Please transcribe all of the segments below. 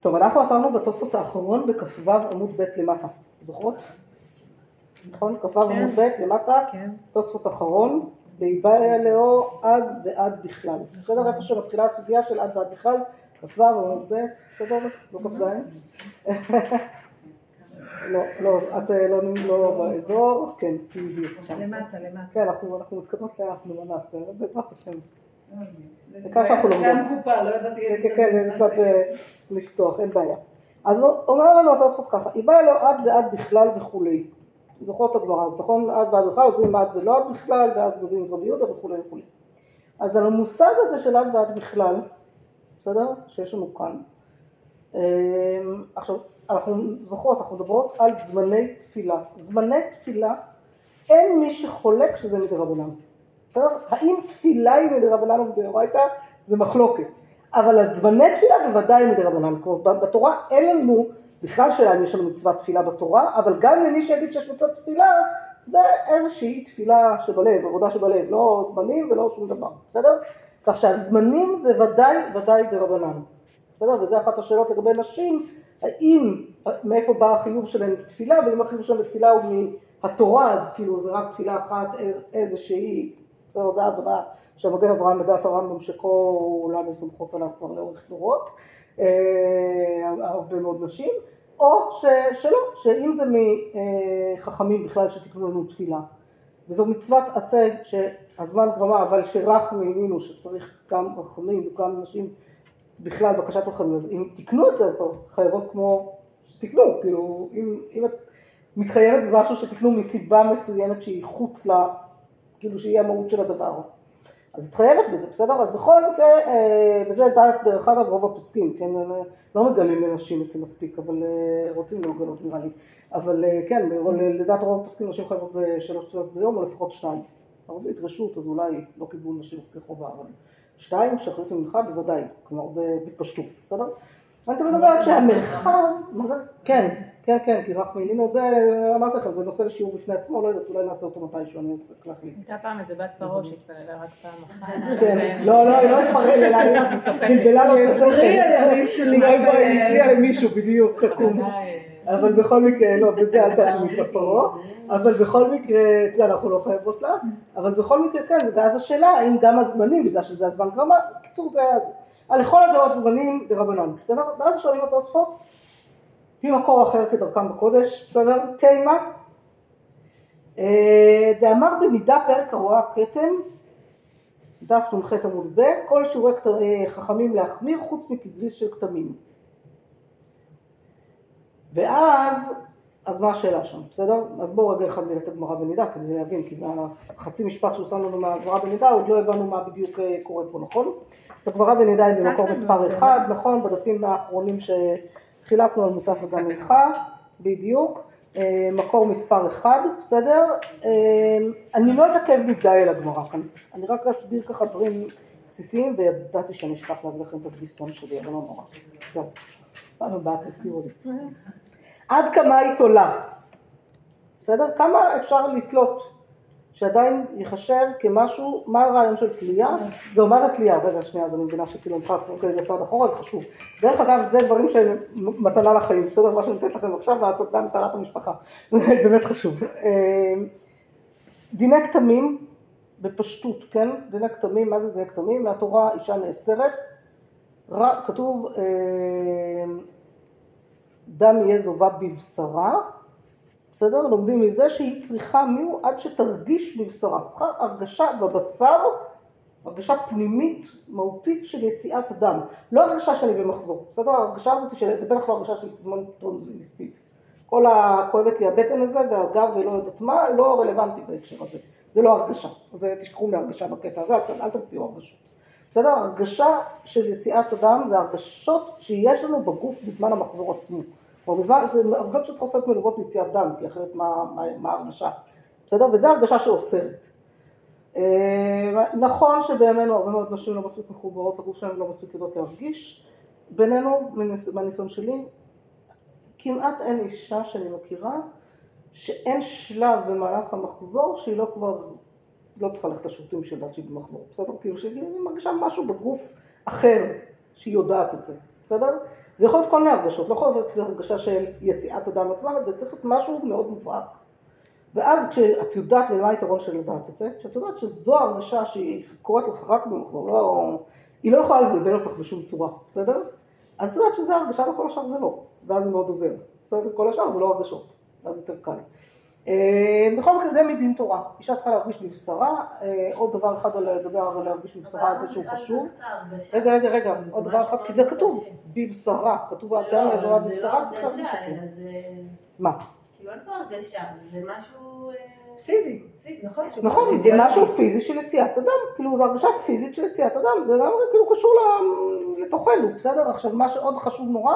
טוב, אנחנו עצרנו בתוספות האחרון בכ"ו עמוד ב' למטה, זוכרות? נכון? כ"ו עמוד ב' למטה, תוספות אחרון, בהיבאיה לאו עד ועד בכלל. בסדר? איפה שמתחילה הסוגיה של עד ועד בכלל, כ"ו עמוד ב', בסדר? לא כ"ז? לא, את לא באזור, כן, בדיוק. למטה. כן, אנחנו מתקדמות לאחנו מה נעשה, בעזרת השם. וכך שאנחנו לומדים. גם קופה, לא ידעתי איזה זה. כן, זה קצת לפתוח, אין בעיה. אז אומר לנו אותו סוף ככה, היבאיה לאו עד ועד בכלל וכולי. זוכרות את הגמרא, נכון? עד ועד בכלל, עוברים עד ולא עד בכלל, ואז מביאים את רבי יהודה וכולי וכולי. אז על המושג הזה של עד ועד בכלל, בסדר? שיש לנו כאן. עכשיו, אנחנו זוכרות, אנחנו מדברות על זמני תפילה. זמני תפילה, אין מי שחולק שזה מדרבנן. בסדר? האם תפילה היא מדרבנן או מדאורייתא? זה מחלוקת. אבל הזמני תפילה בוודאי מדרבנן. בתורה אין לנו, בכלל שלנו יש לנו מצוות תפילה בתורה, אבל גם למי שיגיד שיש מצוות תפילה, זה איזושהי תפילה שבלב, עבודה שבלב, לא זמנים ולא שום דבר. בסדר? כך שהזמנים זה ודאי דרבנן. בסדר? וזה אחת השאלות לגבי נשים, האם, מאיפה בא החיוב שלהם בתפילה, ואם החיוב שלהם בתפילה הוא מהתורה, אז כאילו זה רק תפילה אחת איזושהי, בסדר, זה העבודה שהמגן אברהם לדעת הרמב"ם שכל לנו סומכות עליו כבר לאורך דורות, הרבה מאוד נשים, או שלא, שאם זה מחכמים בכלל שתקנו לנו תפילה, וזו מצוות עשה שהזמן גרמה, אבל שרח מאמינו שצריך גם רחמים וגם נשים בכלל בקשת רחמים, אז אם תקנו את זה, חייבות כמו שתקנו, כאילו אם את מתחייבת במשהו שתקנו מסיבה מסוימת שהיא חוץ לה, כאילו שהיא המהות של הדבר, אז את חייבת בזה, בסדר? אז בכל מקרה, וזה דרך אגב רוב הפוסקים, כן, לא מגלים לנשים את זה מספיק, אבל רוצים לא לגלות נראה לי, אבל כן, לדעת רוב הפוסקים נשים חייבות ב3 תפילות ביום, או לפחות 2. ערבית רשות, אז אולי לא קיבלו נשים כחובה, אבל 2 שחרית ממך בוודאי, כלומר זה מתפשטו, בסדר? אני תמיד אומרת שהמרחב, מה זה? כן, כי רח מעינינו את זה, אמרתי לכם, זה נושא לשיעור בפני עצמו, לא יודעת, אולי נעשה אותו מתישהו, אני צריך להחליט. הייתה פעם איזה בת פרעה שהתפללה רק פעם אחת. כן, לא, היא לא התפרל אליי, נלבלה לו את השכל, לא הקריאה למישהו בדיוק, תקום. אבל בכל מקרה, לא, בזה אל תאשימי את פרעה, אבל בכל מקרה, אצלה אנחנו לא חייבות לה, אבל בכל מקרה כן, ואז השאלה, האם גם הזמנים, בגלל שזה הזמן גרמה, קיצור זה היה זה. לכל הדעות זמנים דרבנן, בסדר? ואז שואלים את התוספות, ממקור אחר כדרכם בקודש, בסדר? תימה, דאמר בנידה פרק הרואה הכתם, דף נ"ח עמוד ב', כל שיעורי חכמים להחמיר חוץ מכגריס של כתמים. אז מה השאלה שם, בסדר? אז בואו רגע אחד נראה את הגמרא בנידה כדי להבין, כי החצי משפט שהוא שם לנו מהגמרא בנידה, עוד לא הבנו מה בדיוק קורה פה, נכון? אז הגמרא בנידה היא במקור מספר 1, נכון? בדפים האחרונים שחילקנו על מוסף וגם מלכה, בדיוק, מקור מספר 1, בסדר? אני לא אתעכב מדי על הגמרא כאן, אני רק אסביר ככה דברים בסיסיים, וידעתי שאני אשכח להביא לכם את הדביסון שלי, אבל לא נורא. טוב, פעם הבאה תזכירו לי. עד כמה היא תולה, בסדר? כמה אפשר לתלות שעדיין יחשב כמשהו, מה הרעיון של תלייה? זהו, מה זה תלייה? רגע, שנייה, אז אני מבינה שכאילו אני צריכה לצאת צעד אחורה, זה חשוב. דרך אגב, זה דברים שהם מתנה לחיים, בסדר? מה שאני נותנת לכם עכשיו, והסדנה מטרת המשפחה. זה באמת חשוב. דיני כתמים, בפשטות, כן? דיני כתמים, מה זה דיני כתמים? מהתורה אישה נאסרת, כתוב דם יהיה זובה בבשרה, בסדר? לומדים מזה שהיא צריכה מיהו עד שתרגיש בבשרה. צריכה הרגשה בבשר, הרגשה פנימית, מהותית של יציאת דם. לא הרגשה שלי במחזור, בסדר? ההרגשה הזאת בטח לא הרגשה של זמן טרונזוויליסטית. כל הכואבת לי הבטן הזה והגב ולא יודעת מה, לא רלוונטי בהקשר הזה. זה לא הרגשה. אז תשכחו מהרגשה בקטע הזה, אל תמציאו הרגשות. בסדר? הרגשה של יציאת הדם זה הרגשות שיש לנו בגוף בזמן המחזור עצמו. זה הרגשות שצריכות להיות מלוות ביציאת דם, כי אחרת מה ההרגשה? בסדר? וזה הרגשה שאוסרת. נכון שבימינו הרבה מאוד נשים לא מספיק מחוברות, הגוף שלהם לא מספיק יודעות להרגיש. בינינו, מהניסיון שלי, כמעט אין אישה שאני מכירה, שאין שלב במהלך המחזור שהיא לא כבר, לא צריכה ללכת לשירותים שלה שהיא במחזור. בסדר? כאילו שהיא מרגישה משהו בגוף אחר שהיא יודעת את זה. בסדר? זה יכול להיות כל מיני הרגשות, לא יכול להיות הרגשה של יציאת אדם עצמם, זה צריך להיות משהו מאוד מובהק. ואז כשאת יודעת ומה היתרון של לדעת את זה, כשאת יודעת שזו הרגשה שהיא קוראת לך רק במחזור, היא לא יכולה לבלבל אותך בשום צורה, בסדר? אז את יודעת שזה הרגשה וכל השאר זה לא, ואז זה מאוד עוזר, בסדר? כל השאר זה לא הרגשות, ואז יותר קל. בכל מקרה זה מדין תורה, אישה צריכה להרגיש בבשרה, עוד דבר אחד לדבר על להרגיש בבשרה זה שהוא חשוב. רגע, עוד דבר אחד, כי זה כתוב, בבשרה, כתוב האדם הזרה בבשרה, צריך להרגיש את זה. מה? כאילו אין פה הרגשה, זה משהו פיזי, נכון, זה משהו פיזי של יציאת אדם, כאילו זה הרגשה פיזית של יציאת אדם, זה גם כאילו קשור לתוכנו, בסדר? עכשיו מה שעוד חשוב נורא,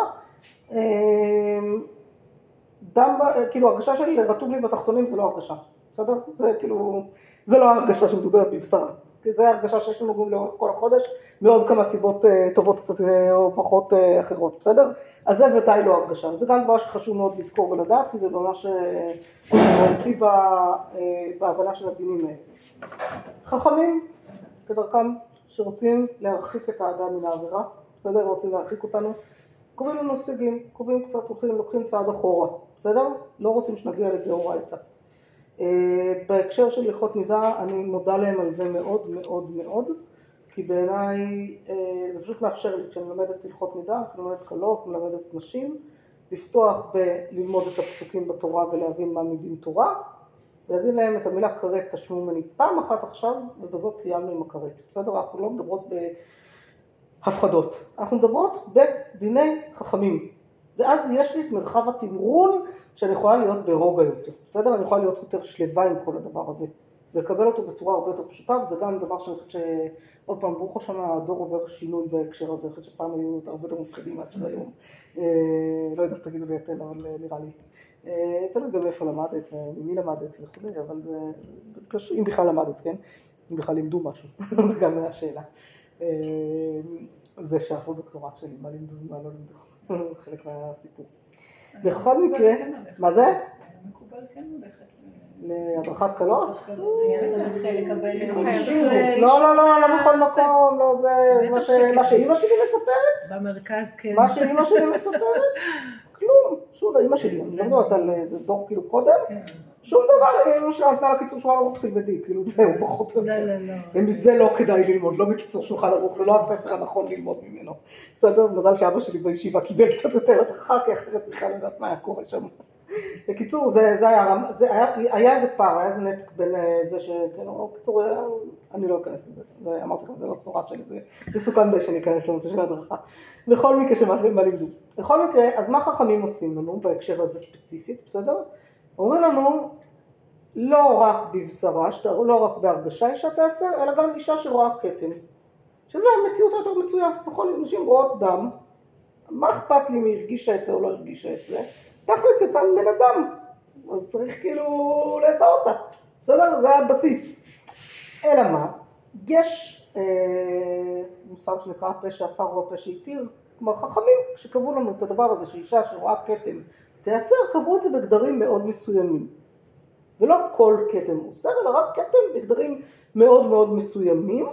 כאילו הרגשה של רטוב לי בתחתונים זה לא הרגשה, בסדר? זה כאילו, זה לא הרגשה שמדוברת בבשרה, זה הרגשה שיש לנו גם לאורך כל החודש, מעוד כמה סיבות טובות קצת או פחות אחרות, בסדר? אז זה ודאי לא הרגשה, זה גם דבר שחשוב מאוד לזכור ולדעת, כי זה ממש מהותי בהבנה של הדינים האלה. חכמים, כדרכם, שרוצים להרחיק את האדם מן העבירה, בסדר? רוצים להרחיק אותנו, קובעים לנו סייגים, קובעים קצת, לוקחים צעד אחורה, בסדר? לא רוצים שנגיע לדאורייתא. בהקשר של הלכות נידה, אני מודה להם על זה מאוד מאוד מאוד, כי בעיניי זה פשוט מאפשר לי, כשאני מלמדת הלכות נידה, כשאני מלמדת קלות, מלמדת נשים, לפתוח בללמוד את הפסוקים בתורה ולהבין מה מדין תורה, ולהגיד להם את המילה כרת תשמעו ממני פעם אחת עכשיו, ובזאת סיימנו עם הכרת. בסדר? אנחנו לא מדברות בהפחדות, אנחנו מדברות בדיני חכמים. ואז יש לי את מרחב התמרון שאני יכולה להיות ברוגע יותר. בסדר? אני יכולה להיות יותר שלווה עם כל הדבר הזה. ולקבל אותו בצורה הרבה יותר פשוטה, וזה גם דבר שאני חושבת שעוד פעם, ברוך השם, הדור עובר שינוי בהקשר הזה, אני חושבת שפעם היו הרבה יותר מפחידים מאשר היום. לא יודעת, תגידו לי אתן, אבל נראה לי. תלוי גם איפה למדת וממי למדת וכו', אבל זה פשוט, אם בכלל למדת, כן? אם בכלל לימדו משהו, זה גם השאלה. זה שאנחנו דוקטורט שלי, מה לימדו ומה לא לימדו, חלק מהסיפור. בכל מקרה, מה זה? מקובל כן הולכת. להדרכת קלות? לא, לא בכל מקום, לא זה מה שאימא שלי מספרת. במרכז כן. מה שאימא שלי מספרת? כלום, שום דבר, אימא שלי, אני לא מדברת על איזה דור כאילו קודם, שום דבר, אימא שלה נתנה לה קיצור שולחן ערוך תלמדי, כאילו זהו, פחות או יותר. ומזה לא כדאי ללמוד, לא בקיצור שולחן ערוך, זה לא הספר הנכון ללמוד ממנו. בסדר, מזל שאבא שלי בישיבה קיבל קצת יותר הדרכה, כי אחרת בכלל לא יודעת מה היה קורה שם. בקיצור, היה איזה פער, היה איזה נתק בין זה בקיצור, אני לא אכנס לזה, אמרתי לכם, זה לא דוקטורט שלי, זה מסוכן די שאני אכנס לנושא של הדרכה. בכל מקרה שמה לימדו. בכל מקרה, אז מה חכמים עושים לנו בהקשר הזה ספציפית, בסדר? אומרים לנו, לא רק בבשרה, לא רק בהרגשה אישה תעשה, אלא גם אישה שרואה כתם. שזה המציאות היותר מצויה, נכון? אנשים רואות דם, מה אכפת לי אם היא הרגישה את זה או לא הרגישה את זה? תכלס יצא מבן אדם, אז צריך כאילו לאסור אותה, בסדר? זה הבסיס. אלא מה? יש מושג שנקרא פה שאסר או פה שהתיר, כלומר חכמים שקבעו לנו את הדבר הזה שאישה שרואה כתם תאסר, קבעו את זה בגדרים מאוד מסוימים. ולא כל כתם אוסר, אלא רק כתם בגדרים מאוד מאוד מסוימים,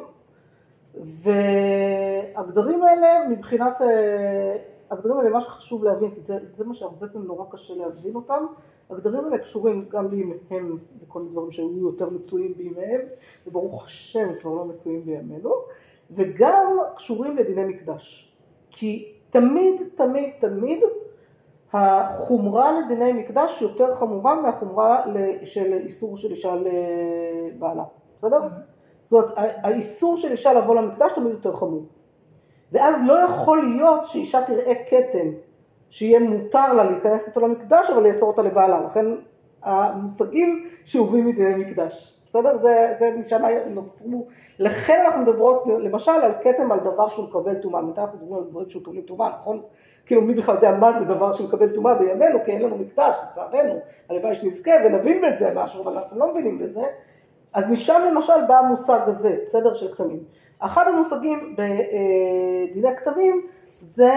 והגדרים האלה מבחינת הגדרים האלה, מה שחשוב להבין, כי זה מה שהרבה פעמים נורא קשה להבין אותם, הגדרים האלה קשורים גם בימיהם, לכל מיני דברים שהיו יותר מצויים בימיהם, וברוך השם כבר לא מצויים בימינו, וגם קשורים לדיני מקדש. כי תמיד, תמיד, תמיד, החומרה לדיני מקדש יותר חמורה מהחומרה של איסור של אישה לבעלה. בסדר? זאת אומרת, האיסור של אישה לבוא למקדש תמיד יותר חמור. ואז לא יכול להיות שאישה תראה כתם, שיהיה מותר לה להיכנס איתו למקדש, אבל לאסור אותה לבעלה. לכן המושגים שהובאים מדיני מקדש. בסדר? זה משם נוצרו. לכן אנחנו מדברות למשל על כתם, על דבר שהוא מקבל תומה. מתי אנחנו מדברים על דברים שהוא מקבלים תומה, נכון? כאילו מי בכלל יודע מה זה דבר שמקבל תומה בימינו, כי אין לנו מקדש, לצערנו. הלוואי שנזכה ונבין בזה משהו, אבל אנחנו לא מבינים בזה. אז משם למשל בא המושג הזה, בסדר, של כתמים. אחד המושגים בדיני כתמים זה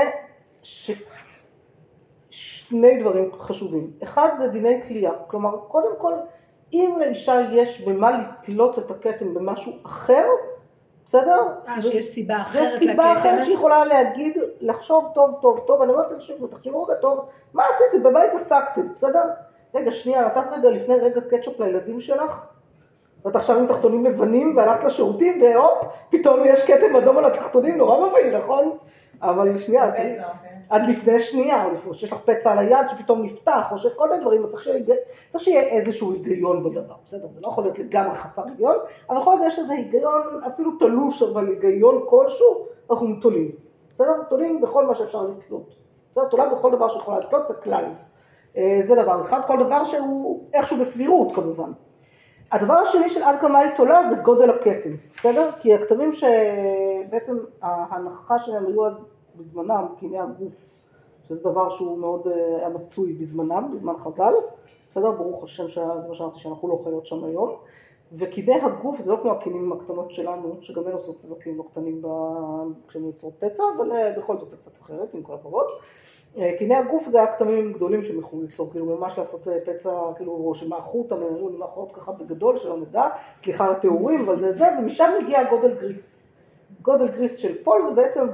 שני דברים חשובים. אחד זה דיני תלייה, כלומר קודם כל אם לאישה יש במה לתלות את הכתם במשהו אחר, בסדר? שיש סיבה אחרת יש סיבה אחרת שיכולה להגיד, לחשוב טוב, אני אומרת, תחשבו רגע טוב, מה עשיתם? בבית עסקתם, בסדר? רגע, שנייה, נתת רגע לפני רגע קטשופ לילדים שלך, ואת עכשיו עם תחתונים לבנים, והלכת לשירותים, והופ, פתאום יש כתם אדום על התחתונים, נורא מביא, נכון? אבל שנייה, עד לפני שנייה, או שיש לך פצע על היד שפתאום נפתח, או שיש כל מיני דברים, צריך שיהיה איזשהו היגיון בדבר, בסדר? זה לא יכול להיות לגמרי חסר היגיון, אבל יכול להיות שיש איזה היגיון, אפילו תלוש, אבל היגיון כלשהו, אנחנו תולים. בסדר? תולים בכל מה שאפשר לתלות. בסדר? תולה בכל דבר שיכולה לתלות, זה כלל. זה דבר אחד, כל דבר שהוא איכשהו בסבירות כמובן. הדבר השני של עד כמה היא תולה זה גודל הכתם, בסדר? כי הכתמים שבעצם ההנחה שלהם היו אז בזמנם, קיני הגוף, שזה דבר שהוא מאוד היה מצוי בזמנם, בזמן חז"ל, בסדר? ברוך השם שזה מה שאמרתי שאנחנו לא חיות שם היום, וקיני הגוף זה לא כמו הקינים הקטנות שלנו, שגם אין עושות נזקים לא קטנים כשהם יוצרות פצע, אבל בכל זאת זה קצת אחרת, עם כל הכבוד. קיני הגוף זה הכתמים גדולים שהם יכולים ליצור, כאילו ממש לעשות פצע, כאילו, או שמאחו אותם, מאחות ככה בגדול, שלא נדע, סליחה על התיאורים, אבל זה, ומשם מגיע גודל גריס. גודל גריס של פול זה בעצם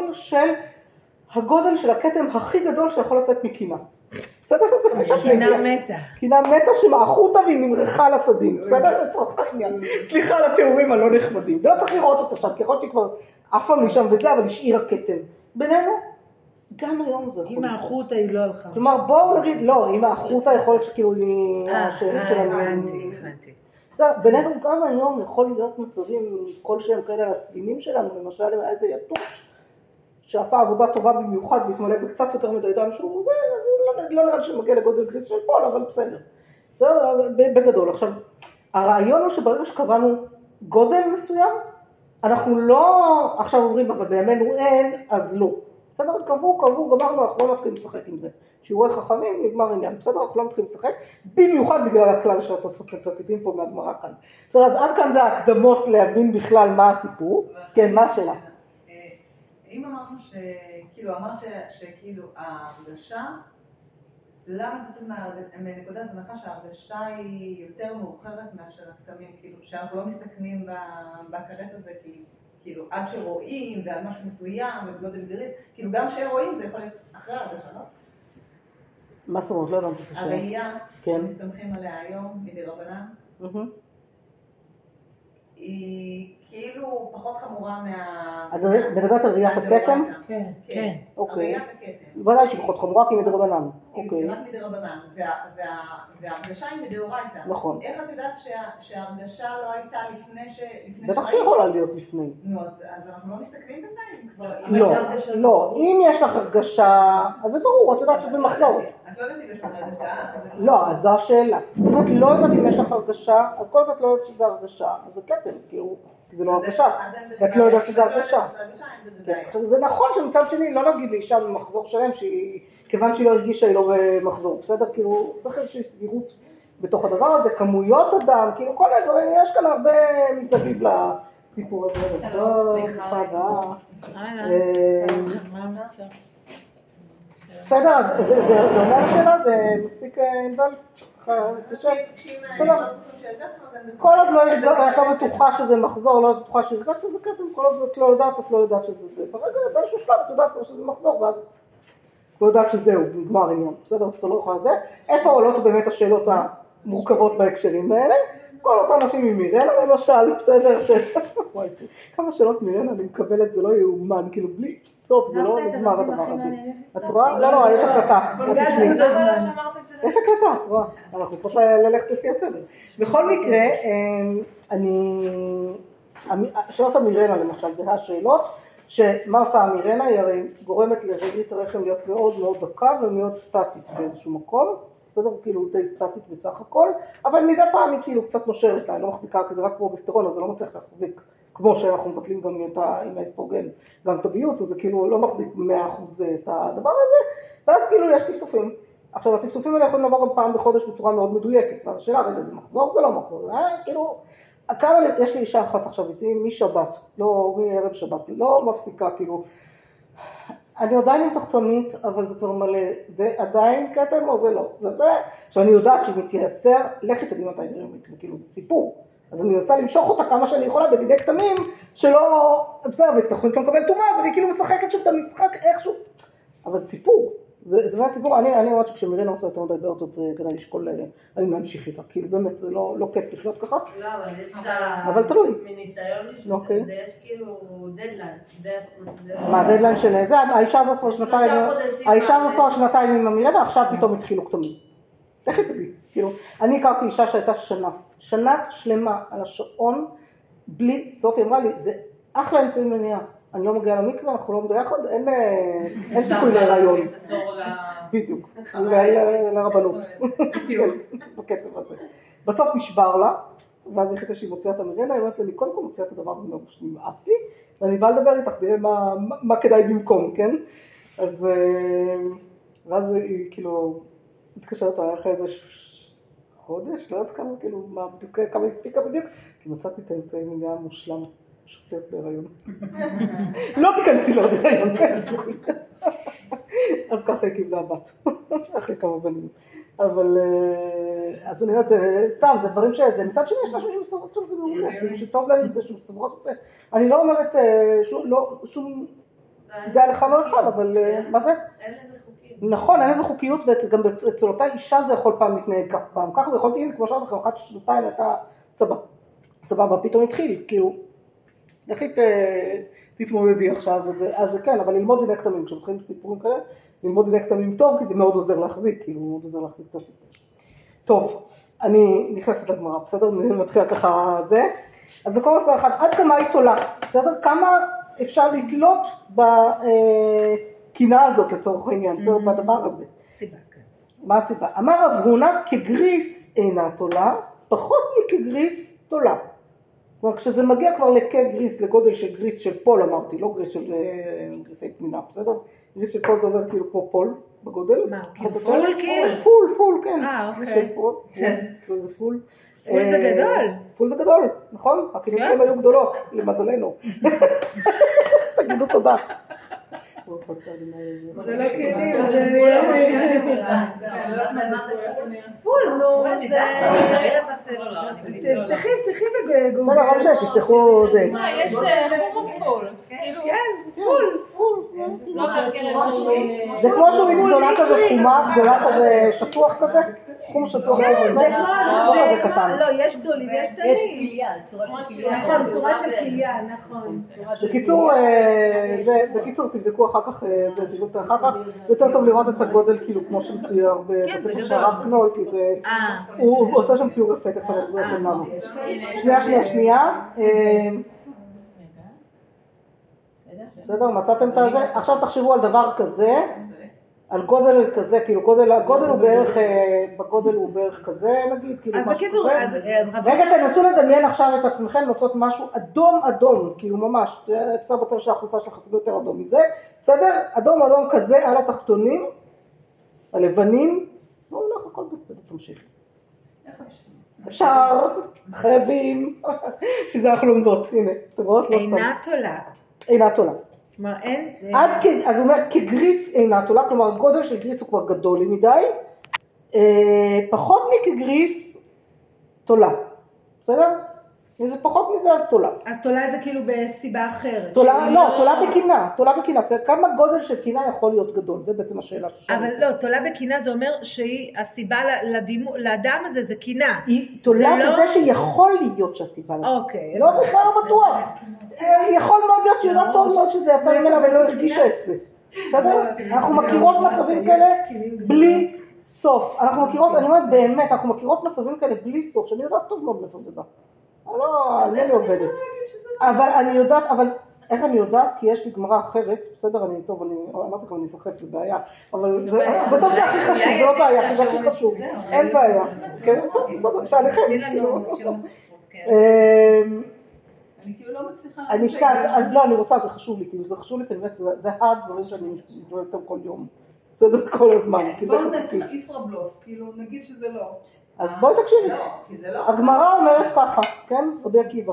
הגודל של הכתם הכי גדול שיכול לצאת מקינה. בסדר? זה משם קינה מתה. קינה מתה שמאחו אותה והיא נמרחה לסדין, בסדר? לצורך העניין. סליחה על התיאורים הלא נחמדים, ולא צריך לראות אותה שם, כי יכול להיות שהיא כבר אף פעם לשם וזה, אבל השאירה כתם. בינינו, גם היום זה יכול. אם האחותה היא לא הלכה. כלומר, בואו נגיד, לא, אם האחותה יכול להיות שכאילו היא השארית שלנו. הבנתי. בינינו גם היום יכול להיות מצבים כלשהם כאלה על הסדינים שלנו, למשל איזה יתוש שעשה עבודה טובה במיוחד, מתמלא בקצת יותר מדי דם שהוא זה, אז לא נראה שמגיע לגודל גריס של פול, אבל בסדר. זה בגדול. עכשיו, הרעיון הוא שברגע שקבענו גודל מסוים, אנחנו לא עכשיו אומרים, אבל בימינו אין, אז לא. בסדר, קבעו, גמרנו, אנחנו לא מתחילים לשחק עם זה. שיעורי חכמים, נגמר עניין. בסדר, אנחנו לא מתחילים לשחק, במיוחד בגלל הכלל שאת עושות מצטטים פה מהגמרא כאן. בסדר, אז עד כאן זה ההקדמות להבין בכלל מה הסיפור. כן, מה השאלה? אם אמרנו שכאילו, אמרת שכאילו ההרגשה, למה תצטרך מנקודת הנחה שההרגשה היא יותר מאוחרת מאשר הכתמים, כאילו, שאנחנו לא מסתכנים בכרת הזה, כאילו, עד שרואים ועל משהו מסוים ובגודל גריס, כאילו, גם שרואים זה יכול להיות אחרי ההרגשה, לא? מה זאת אומרת? לא הבנתי את השאלה. הראייה שמסתמכים עליה היום מדי רבנן, היא כאילו פחות חמורה את מדברת על ראיית הכתם? כן. ראיית הכתם. ודאי שהיא פחות חמורה כי היא מדרבנן. היא רק מדרבנן, וההרגשה היא מדאורייתא. נכון. איך את יודעת שההרגשה לא הייתה לפני ש... בטח שיכולה להיות לפני. נו, אז אנחנו לא מסתכלים בזה? לא. אם יש לך הרגשה, אז זה ברור, את יודעת שזה מחזור. את לא יודעת אם יש לך הרגשה? לא, אז זו השאלה. אם את לא יודעת אם יש לך הרגשה, אז כל עוד את לא יודעת שזה הרגשה, אז זה כתם, כאילו, זה לא הרגשה. ואת לא יודעת שזה הרגשה. עכשיו, זה נכון שמצד שני, לא נגיד לאישה במחזור שלם, כיוון שהיא לא הרגישה, היא לא במחזור, בסדר? כאילו, צריך איזושהי סבירות בתוך הדבר הזה, כמויות אדם, כאילו, כל הדברים, יש כאן הרבה מסביב לסיפור הזה. שלום, סליחה. מה המצב? בסדר, אז זה אומר השאלה, זה מספיק ענבל? בסדר. כל עוד לא בטוחה שזה מחזור, לא בטוחה שהרגשת שזה כתם, כל עוד את לא יודעת שזה זה. ברגע, באיזשהו שלב את יודעת שזה מחזור, ואז את יודעת שזהו, נגמר עניין. בסדר, אתה לא יכולה לזה. איפה עולות באמת השאלות המורכבות בהקשרים האלה? כל אותם אנשים ממירנה למשל, בסדר, כמה שאלות מירנה אני מקבלת, זה לא יאומן, כאילו בלי סוף, זה לא נגמר הדבר הזה. את רואה? לא, יש הקלטה, תשמעי. יש הקלטה, את רואה, אנחנו צריכות ללכת לפי הסדר. בכל מקרה, שאלות המירנה למשל, זה השאלות, שמה עושה המירנה? היא הרי גורמת לרעית הרחם להיות מאוד מאוד דקה ומאוד סטטית באיזשהו מקום, בסדר? כאילו די סטטית בסך הכל, אבל מדי פעם היא כאילו קצת נושרת לה, היא לא מחזיקה, כי זה רק פרוגסטרון, אז זה לא מצליח להחזיק, כמו שאנחנו מבטלים גם עם האסטרוגן, גם את הביוץ, אז זה כאילו לא מחזיק 100% את הדבר הזה, ואז כאילו יש טפטופים. עכשיו, הטפטופים האלה יכולים לבוא גם פעם בחודש בצורה מאוד מדויקת, ואז השאלה, רגע, זה מחזור? זה לא מחזור, כאילו, כמה, יש לי אישה אחת עכשיו איתי, משבת, לא, מערב שבת, לא מפסיקה, כאילו, אני עדיין עם תחתונית, אבל זה כבר מלא, זה עדיין כתם או זה לא, זה, עכשיו אני יודעת שאם היא תייסר, לכי תדעי מתי תראי, כאילו זה סיפור, אז אני מנסה למשוך אותה כמה שאני יכולה בדיני כתמים, שלא, בסדר, וכתכנית לא מקבל טובה, אז אני כאילו משחקת שם את המשחק איכשהו. אבל זה סיפור, זה באמת סיפור, אני אומרת שכשמירנה עושה יותר מדי בעיות, זה כדאי לשקול האם להמשיך איתה, כאילו באמת זה לא כיף לחיות ככה. לא, אבל יש את אבל תלוי. מניסיון אוקיי. זה יש כאילו דדליין. מה הדדליין של זה? האישה הזאת כבר שנתיים, האישה הזאת כבר שנתיים עם המירנה, עכשיו פתאום התחילו כתמים. איך היא תדעי? כאילו, אני הכרתי אישה שהייתה שנה שלמה על השעון, בלי סוף, היא אמרה לי, זה אחלה אמצעי מניעה. אני לא מגיעה למקווה, אנחנו לא ביחד, אין סיכוי להיריון. בדיוק, לרבנות. בקצב הזה. בסוף נשבר לה, ואז היא החליטה שהיא מוציאה את המירנה, היא אומרת לי, קודם כל מוציאה את הדבר הזה מראש, נמאס לי, ואני באה לדבר איתך, תראה מה כדאי במקום, כן? אז, ואז היא כאילו, התקשרת אחרי איזה חודש, לא יודעת כמה, כאילו, כמה הספיקה בדיוק, כי מצאתי את האמצעי מניעה מושלם. פשוט להיות בהיריון. לא תיכנסי לעוד הריון, אין סיכוי. אז ככה היא קיבלה בת, אחרי כמה בנים. אבל, אז אני אומרת, סתם, זה דברים שזה, מצד שני יש משהו שמסתדרות שם, זה מעולה, שטוב להם עם זה, שמסתדרות עם זה. אני לא אומרת שום דעה לכאן או לכאן, אבל מה זה? אין לזה חוקים. נכון, אין לזה חוקיות, וגם אצל אותה אישה זה יכול פעם להתנהג פעם ככה, ויכולתי, הנה, כמו שאמרתי לכם, אחת שנתיים הייתה סבבה, פתאום התחיל, כאילו, איך היא תתמודדי עכשיו, אז כן, אבל ללמוד דיני כתמים, כשמתחילים סיפורים כאלה, ללמוד דיני כתמים טוב, כי זה מאוד עוזר להחזיק, כאילו, מאוד עוזר להחזיק את הסיפור. טוב, אני נכנסת לגמרא, בסדר? אני מתחילה ככה זה. אז מקום מספר אחד, עד כמה היא תולה, בסדר? כמה אפשר לתלות בקינה הזאת לצורך העניין, בסדר? בדבר הזה. סיבה, כן. מה הסיבה? אמר רב הונא, כגריס אינה תולה, פחות מכגריס תולה. כלומר, כשזה מגיע כבר לכגריס, לגודל של גריס של פול, אמרתי, לא גריס של גריסי פנינה, בסדר? גריס של פול זה עובר כאילו כמו פול בגודל. מה, כאילו פול כאילו? פול, כן. אוקיי. גריס של פול, כאילו זה פול. פול זה גדול. פול זה גדול, נכון? הכינים שלהם היו גדולות, למזלנו. תגידו תודה. זה לא כינים, פול, נו, תפתחי בגוגל. בסדר, לא משנה, תפתחו זה. יש חומוס פול. כן, פול. לא זה כמו שהוא עם גדולה כזה חומה, גדולה כזה שטוח כזה, חום שטוח כזה, זה לא כזה קטן. לא, יש גדולים, יש קטנים. נכון, צורה של כליה, נכון. בקיצור, תבדקו אחר כך, יותר טוב לראות את הגודל כאילו כמו שמצויר בספר של הרב קנול, כי זה, הוא עושה שם ציור יפה, תכף אני אסביר לכם למה. שנייה. בסדר, מצאתם את זה? עכשיו תחשבו על דבר כזה, על גודל כזה, כאילו בגודל הוא בערך כזה נגיד, כאילו משהו כזה. רגע, תנסו לדמיין עכשיו את עצמכם, לוצאות משהו אדום, כאילו ממש, בסדר בצבע של החולצה שלך אפילו יותר אדום מזה, בסדר? אדום כזה על התחתונים, הלבנים, לא הולך, הכל בסדר, תמשיך. אפשר, חייבים, שזה אנחנו לומדות, הנה, אתם רואות? לא סתם. אינה תולה. כלומר אין... אז הוא אומר, כגריס אינה תולה, כלומר הגודל של גריס הוא כבר גדול מדי, פחות מכגריס תולה, בסדר? אם זה פחות מזה אז תולה. אז תולה זה כאילו בסיבה אחרת. תולה בקינה, כמה גודל של קינה יכול להיות גדול, זה בעצם השאלה ששאלה. אבל לא, תולה בקינה זה אומר שהיא הסיבה לאדם הזה זה קינה. היא תולה בזה שיכול להיות שהסיבה לה. אוקיי. לא, בכלל לא בטוח. יכול מאוד להיות שהיא לא טוב מאוד שזה יצא ממנה ולא הרגישה את זה. בסדר? אנחנו מכירות מצבים כאלה בלי סוף. אנחנו מכירות, אני אומרת באמת, אנחנו מכירות מצבים כאלה בלי סוף, שאני יודעת טוב מאוד מאיפה זה בא. לא, על מי אני עובדת. אבל אני יודעת, איך אני יודעת? כי יש לי גמרא אחרת, בסדר, אני אמרתי לכם, אני אסחף, זה בעיה, אבל בסוף זה הכי חשוב, זה לא בעיה, זה הכי חשוב, אין בעיה. כן, טוב, בסדר, שעליכם. אני כאילו לא מצליחה... אני רוצה, זה חשוב לי, כאילו זה חשוב לי, כי זה הדברים שאני מתמודדת איתם כל יום, בסדר, כל הזמן. בואו נעשה ישראבלוף, כאילו נגיד שזה לא. אז בואי תקשיבי. לא, כי זה לא. הגמרא אומרת ככה, כן? רבי עקיבא.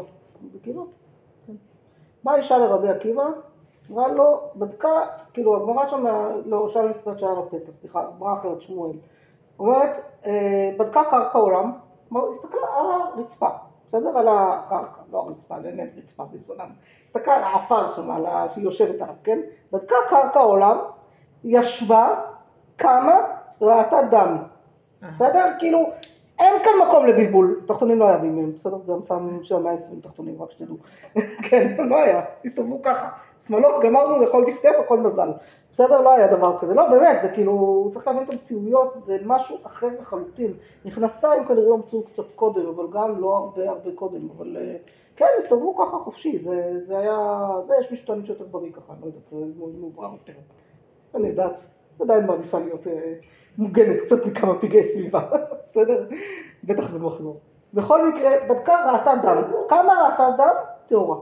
באה אישה לרבי עקיבא, אבל לא, בדקה, כאילו הגמרא שם, לא, שם מסתרת שהיה לו פצע, סליחה, גמרא אחרת, שמואל. אומרת, בדקה קרקע עולם, הסתכלה על הרצפה, בסדר? על הקרקע, לא הרצפה, אין רצפה בזבונם. הסתכל על האפר שם, שהיא יושבת עליו, כן? בדקה קרקע עולם, ישבה, קמה, ראתה דם. בסדר? כאילו, אין כאן מקום לבלבול. תחתונים לא היה בימיהם, בסדר? זה המצאה של המאה ה-20 תחתונים, רק שתדעו. כן, לא היה. הסתובבו ככה. שמאלות, גמרנו, לכל טפטף, הכל מזל. בסדר? לא היה דבר כזה. לא, באמת, זה כאילו, צריך להבין את המציאויות, זה משהו אחר לחלוטין. מכנסיים כנראה הומצאו קצת קודם, אבל גם לא הרבה קודם. אבל כן, הסתובבו ככה חופשי. זה היה, יש משתנים שיותר בריא ככה, לא יודעת, מוברר יותר. אני יודעת, עדיין מעדיפה להיות מוגנת קצת מכמה פגעי סביבה, בסדר? בטח במחזור. בכל מקרה, בדקה ראתה דם. כמה ראתה דם? טהורה.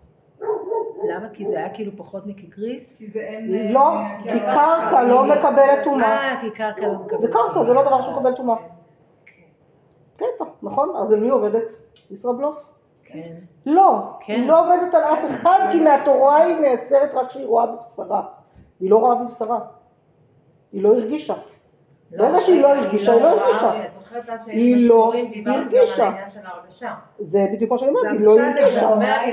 למה? כי זה היה כאילו פחות מכגריס? כי זה אין... לא, כי קרקע לא מקבלת טומאה. כי קרקע לא מקבלת. זה קרקע, זה לא דבר שמקבל טומאה. קטע, נכון? אז על מי עובדת? ישראבלוף? כן. לא, היא לא עובדת על אף אחד, כי מהתורה היא נאסרת רק כשהיא רואה בבשרה. היא לא רואה בבשרה. היא לא הרגישה. ברגע שהיא לא הרגישה, היא לא הרגישה. היא לא הרגישה. זה בדיוק מה שאני אומרת, היא לא הרגישה.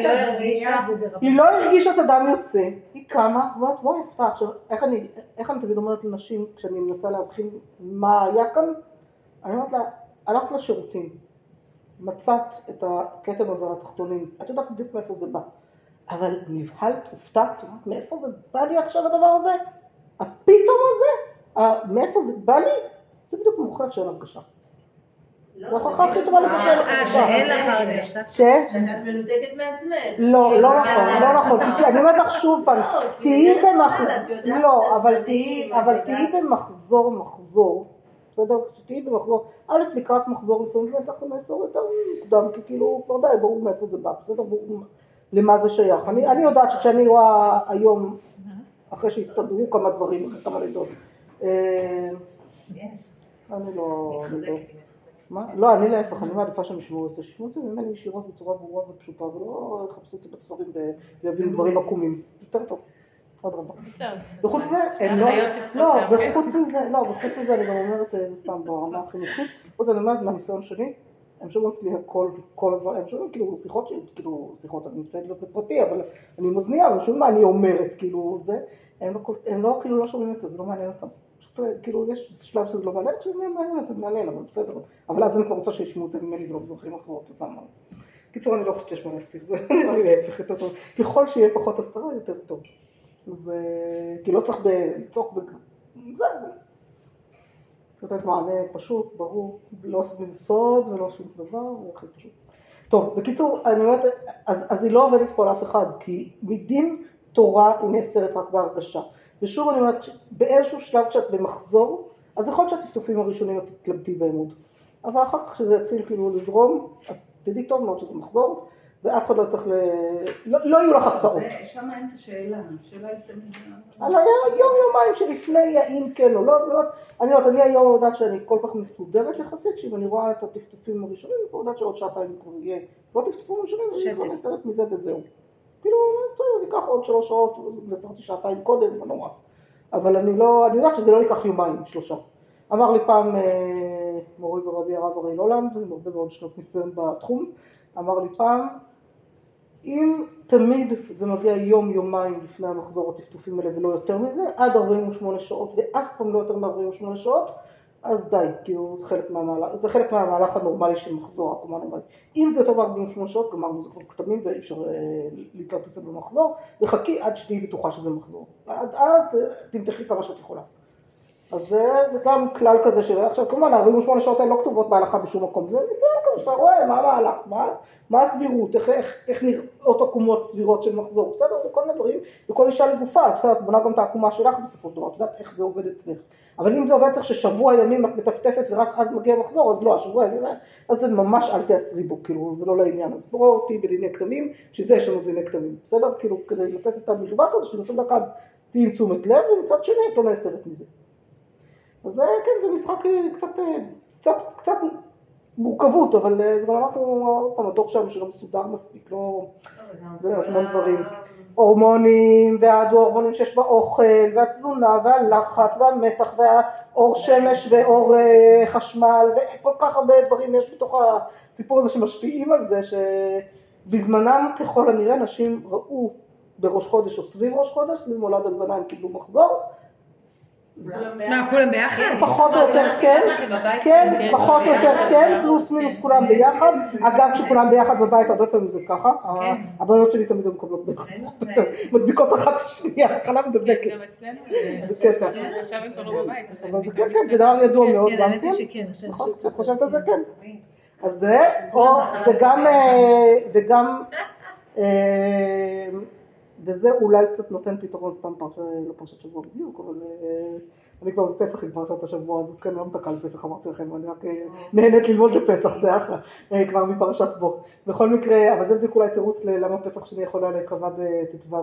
היא לא הרגישה את הדם יוצא, היא קמה, בואי נפתח. עכשיו, איך אני תמיד אומרת לנשים, כשאני מנסה להבחין מה היה כאן, אני אומרת לה, הלכת לשירותים, מצאת את הכתם הזה לתחתונים, את יודעת בדיוק מאיפה זה בא, אבל נבהלת, הופתעת, מאיפה זה בא לי עכשיו הדבר הזה? הפתאום הזה? מאיפה זה בא לי? זה בדיוק מוכיח שאין הרגשה. זה ההוכחה הכי טובה לזה שאין לך הרגשה. שאין לך הרגשה. שאת מנותקת מעצמך. לא נכון. אני אומרת לך שוב פעם, תהיי במחזור, לא, אבל תהיי במחזור, בסדר? שתהיי במחזור, א' לקראת מחזור לפעמים, ואנחנו נאסור יותר מוקדם, כי כאילו כבר די, ברור מאיפה זה בא, בסדר? ברור למה זה שייך. אני יודעת שכשאני רואה היום, אחרי שהסתדרו כמה דברים, אחרי כמה לידות, אני לא... מה? לא, אני להפך, אני מעדיפה שהם ישמעו את זה. שישמעו את זה ממני ישירות בצורה ברורה ופשוטה, ולא יחפשו את זה בספרים ויבינו דברים עקומים. יותר טוב. עוד רבה. וחוץ מזה, וחוץ מזה אני גם אומרת, זה סתם ברמה החינוכית, חוץ אני אומרת מהניסיון שלי, הם שומעים אצלי הכל, כל הזמן, הם שומעים כאילו שיחות, אני מתנהלת להיות בפרטי, אבל אני מוזניה, הם שומעים מה אני אומרת, כאילו זה, הם לא כאילו לא שומעים את זה, זה לא מעניין אותם. כאילו יש שלב שזה לא מעניין, כשזה מעניין, זה מעניין, אבל בסדר. אבל אז אני כבר רוצה שישמעו את זה ממני ולא בדרכים אחרות, אז למה? קיצור, אני לא חושבת שיש מה להסתיר, זה נראה לי להפך יותר טוב. ככל שיהיה פחות הסתרה, יותר טוב. אז כי לא צריך לצעוק זהו. לתת מענה פשוט, ברור, לא עושות מזה סוד ולא שום דבר, זה הכי פשוט. טוב, בקיצור, אני אומרת, אז היא לא עובדת פה לאף אחד, כי מדין תורה היא נאסרת רק בהרגשה. ושוב אני אומרת, באיזשהו שלב כשאת במחזור, אז יכול להיות שהטפטופים הראשונים את תתלבטי בעמוד. אבל אחר כך שזה יתחיל כאילו לזרום, את תדעי טוב מאוד שזה מחזור, ואף אחד לא צריך לא יהיו לך הפתעות. שם אין את השאלה, השאלה היא תמיד... על יום-יומיים שלפני האם כן או לא, זאת אומרת, אני היום יודעת שאני כל כך מסודרת יחסית, שאם אני רואה את הטפטופים הראשונים, אני יודעת שעוד שעתיים כבר יהיה, לא טפטופים הראשונים, אני כבר נסרת מזה וזהו. כאילו, זה ייקח עוד 3 שעות, נסרתי שעתיים קודם, לא נורא. אבל אני יודעת שזה לא ייקח יומיים, 3. אמר לי פעם מורי ורבי הרב הראל הולנד, עם הרבה מאוד שנות ניסיון בתחום, אמר לי פעם, אם תמיד זה מגיע יום-יומיים לפני המחזור הטפטופים האלה ולא יותר מזה, עד 48 שעות ואף פעם לא יותר מ-48 שעות, אז די, כאילו זה חלק מהמהלך הנורמלי של מחזור, העקומה הנורמלית. אם זה יותר מ-48 שעות, גמרנו, זה כבר כתמים ואי אפשר להתלות את זה במחזור, וחכי עד שתהיי בטוחה שזה מחזור. עד אז תמתחי כמה שאת יכולה. אז זה גם כלל כזה של, עכשיו כמובן 48 שעות האלה לא כתובות בהלכה בשום מקום, זה ניסיון כזה שאתה רואה מה המהלך, מה הסבירות, איך נראות עקומות סבירות של מחזור, בסדר, זה כל מיני דברים, וכל אישה לגופה, בסדר, את בונה גם את העקומה שלך בסופו של דבר, את יודעת איך זה עובד אצלך, אבל אם זה עובד צריך ששבוע ימים את מטפטפת ורק אז מגיע מחזור, אז לא, השבוע ימים, אז זה ממש אל תעשרי בו, כאילו זה לא לעניין, אז בואו אותי בדיני כתמים, שזה יש לנו דיני כתמים, בסדר, כאילו כדי לתת את המרווח הזה, שבסדר אחד תהיי עם תשומת לב, ומצד שני את לא נאסרת מזה. אז כן, זה משחק קצת מורכבות, אבל זה גם אנחנו, עוד פעם, הדור שלנו שלא מסודר מספיק, לא, והמון דברים. הורמונים, וההורמונים שיש באוכל, והתזונה, והלחץ, והמתח, והאור שמש, ואור חשמל, וכל כך הרבה דברים יש בתוך הסיפור הזה שמשפיעים על זה, שבזמנם ככל הנראה נשים ראו בראש חודש או סביב ראש חודש, סביב מולד הלבנה הם קיבלו מחזור, מה, כולם ביחד? פחות או יותר כן, כן, פחות או יותר כן, פלוס מינוס כולם ביחד, אגב כשכולם ביחד בבית הרבה פעמים זה ככה, הבנות שלי תמיד מקבלות מדביקות אחת השנייה, חלה מדבקת, גם אצלנו זה קטע, עכשיו יש לנו בבית. אבל זה כן, כן, זה דבר ידוע מאוד גם כן, נכון, את חושבת על זה כן, אז זה, וגם, וזה אולי קצת נותן פתרון סתם לא פרשת שבוע בדיוק, אבל אני כבר בפסח עם פרשת השבוע, אז כן לא מתקה לפסח, אמרתי לכם, אני רק נהנית ללמוד לפסח, זה אחלה, כבר מפרשת בו. בכל מקרה, אבל זה בדיוק אולי תירוץ ללמה פסח שני יכולה להיקבע בתתווה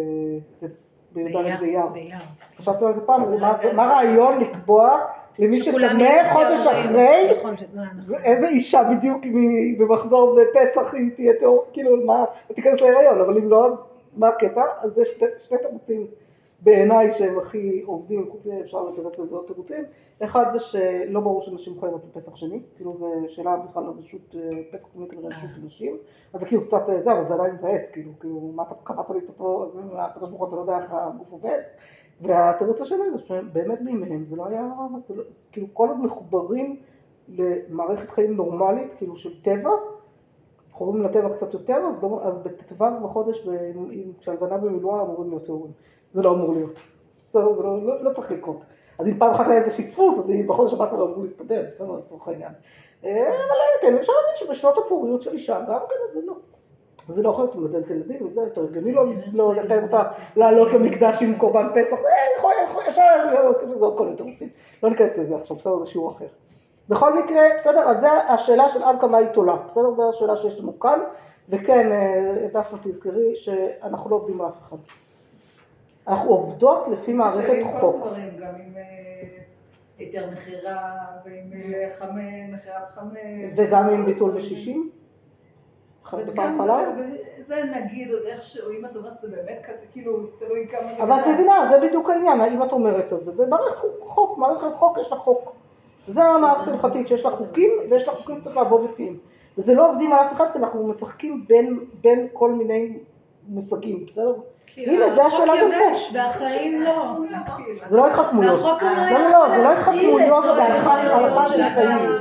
בי"ד באייר. חשבתם על זה פעם, מה הרעיון לקבוע למי שתמה חודש אחרי, איזה אישה בדיוק במחזור בפסח היא תהיה כאילו מה, תיכנס להיריון, אבל אם לא אז מה הקטע? אז זה שני תירוצים בעיניי שהם הכי עובדים, חוץ אפשר לתרץ לזה עוד תירוצים. אחד זה שלא ברור שנשים חייבות בפסח שני, כאילו זה שאלה בכלל על רשות, פסח כנראה רשות נשים, אז זה כאילו קצת זה, אבל זה עדיין מבאס, כאילו מה אתה קראת לי את אותו, הקדוש ברוך הוא אתה לא יודע איך הגוף עובד, והתירוץ השני זה שבאמת בימיהם זה לא היה, כאילו כל עוד מחוברים למערכת חיים נורמלית, כאילו של טבע, חורים לטבע קצת יותר, אז בתתווה בחודש, כשהלבנה במילואה אמורים להיות טהורים. זה לא אמור להיות. בסדר, זה לא צריך לקרות. אז אם פעם אחת היה איזה פספוס, אז בחודש הבא כבר אמור להסתדר, בסדר, לצורך העניין. אבל כן, אפשר להגיד שבשנות הפוריות של אישה, גם כן, זה לא. זה לא יכול להיות מגדלת ילדים, וזה יותר הגיוני לא לתאר אותה לעלות למקדש עם קורבן פסח, אפשר להוסיף לזה עוד כל יותר רוצים. לא ניכנס לזה עכשיו, בסדר, זה שיעור אחר. בכל מקרה, בסדר, אז זה השאלה של עד כמה היא תולה, בסדר, זו השאלה שיש לנו כאן, וכן, דפנה תזכרי שאנחנו לא עובדים על אף אחד. אנחנו עובדות לפי מערכת חוק. גם עם היתר מחירה, ועם מחירת חמץ. וגם עם ביטול בשישים? בשר חלב? זה נגיד עוד איכשהו, אם את אומרת שזה באמת כאילו תלוי כמה זה... אבל את מבינה, זה בדיוק העניין, האם את אומרת על זה, זה מערכת חוק, מערכת חוק, יש לה חוק. זה המערכת הלכתית שיש לה חוקים, ויש לה חוקים שצריך לעבוד לפיהם. וזה לא עובדים על אף אחד, כי אנחנו משחקים בין כל מיני מושגים, בסדר? הנה, זה השאלה גם פה. והחיים לא. זה לא התחכמויות. לא, זה לא התחכמויות, זה הלכה של חיים.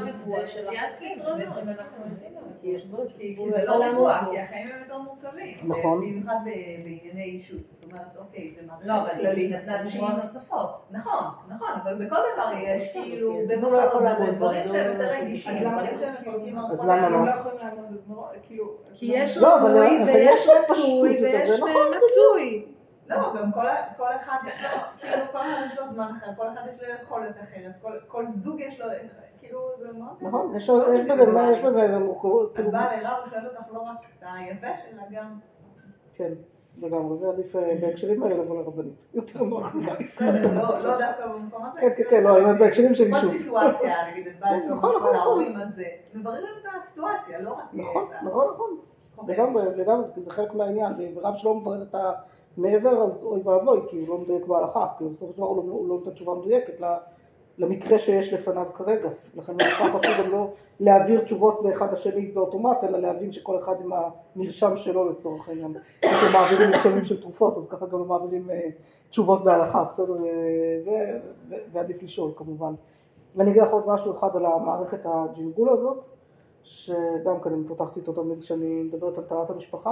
זה לא ריבוע, כי החיים הם יותר מורכבים. נכון. במיוחד בענייני אישות. זאת אומרת, אוקיי, זה מערכת לא, אבל כללית. נתנה דוגמאות נוספות. נכון, אבל בכל דבר יש כאילו, במחלות בזה, דברים שהם יותר רגישים, דברים שהם מפרקים אז למה הם לא לא? יכולים לעמוד בזמנו, כאילו... כי יש לא, אבל ראוי ויש פשטות רצוי יותר, ויש זה נכון, מצוי. לא, גם כל אחד יש לו, כאילו, כל אחד יש לו זמן אחר, כל אחד יש לו יכולת אחרת, כל זוג יש לו, כאילו, זה מאוד... נכון, יש בזה איזה מורכבות. על בעל עירה הוא שואל אותך לא רק את היבש, אלא גם... כן, לגמרי, זה עדיף בהקשרים האלה לבוא לרבנית. יותר נוח מדי. לא דווקא במקום הזה. כן, כן, לא, בהקשרים של אישות. כל סיטואציה, נגיד, את בעל נכון, נכון, נכון. להורים על זה, מבררים את הסיטואציה, לא רק... נכון. לגמרי, כי זה חלק מהעניין, ורב שלא מברר את המעבר, אז אוי ואבוי, כי הוא לא מדייק בהלכה, כי בסופו של דבר הוא לא נותן תשובה מדויקת למקרה שיש לפניו כרגע. לכן הוא חשוב גם לא להעביר תשובות מאחד השני באוטומט, אלא להבין שכל אחד עם המרשם שלו לצורך העניין. כשמעבירים מרשמים של תרופות, אז ככה גם מעבירים תשובות בהלכה, בסדר? זה, ועדיף לשאול כמובן. ואני אגיד לך עוד משהו אחד על המערכת הג'ינגול הזאת, שגם כאן אני פותחתי אותו תמיד כשאני מדברת על טהרת המשפחה,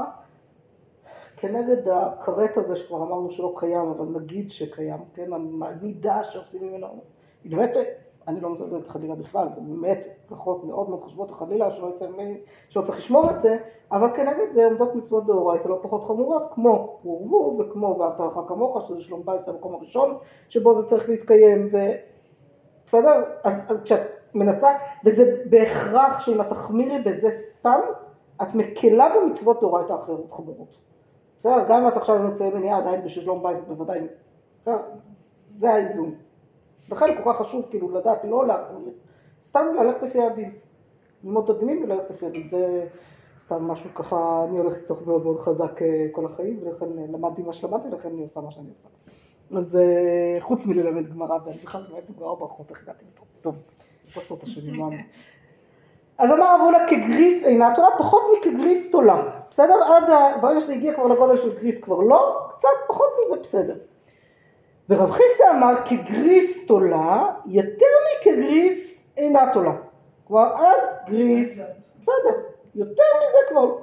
כנגד הקרט הזה שכבר אמרנו שלא קיים, אבל נגיד שקיים, כן, המידה שעושים ממנו, היא באמת, אני לא מזלזלת חלילה בכלל, זה באמת הלכות מאוד מאוד חשובות חלילה, שלא צריך לשמור את זה, אבל כנגד זה עומדות מצוות דאורייתא לא פחות חמורות, כמו פרו וכמו ואהבת לרעך כמוך, שזה שלום בית, זה המקום הראשון, שבו זה צריך להתקיים, בסדר? אז כשאת מנסה, וזה בהכרח שאם את תחמירי בזה סתם, את מקלה במצוות דאורייתא אחרות חמורות. בסדר? גם אם את עכשיו ממצאי מניעה עדיין בשלום בית, את בוודאי, בסדר? זה האיזון. לכן כל כך חשוב כאילו לדעת לא להחמיר, סתם ללכת לפי הדין. ללמוד את הדינים וללכת לפי הדין. זה סתם משהו ככה, אני הולכת איתו מאוד מאוד חזק כל החיים, ולכן למדתי מה שלמדתי, ולכן אני עושה מה שאני עושה. אז חוץ מללמד גמרא, ואני בכלל ללמד גמרא ברכות, איך הגעתי לפה. טוב, פסות השני, מה אני. אז אמר רב הונא כגריס אינה תולה, פחות מכגריס תולה. בסדר? ברגע שזה הגיע כבר לגודל של גריס כבר לא, קצת פחות מזה בסדר. ורב חיסדא אמר כגריס תולה, יותר מכגריס אינה תולה. כלומר עד גריס, בסדר, יותר מזה כבר לא.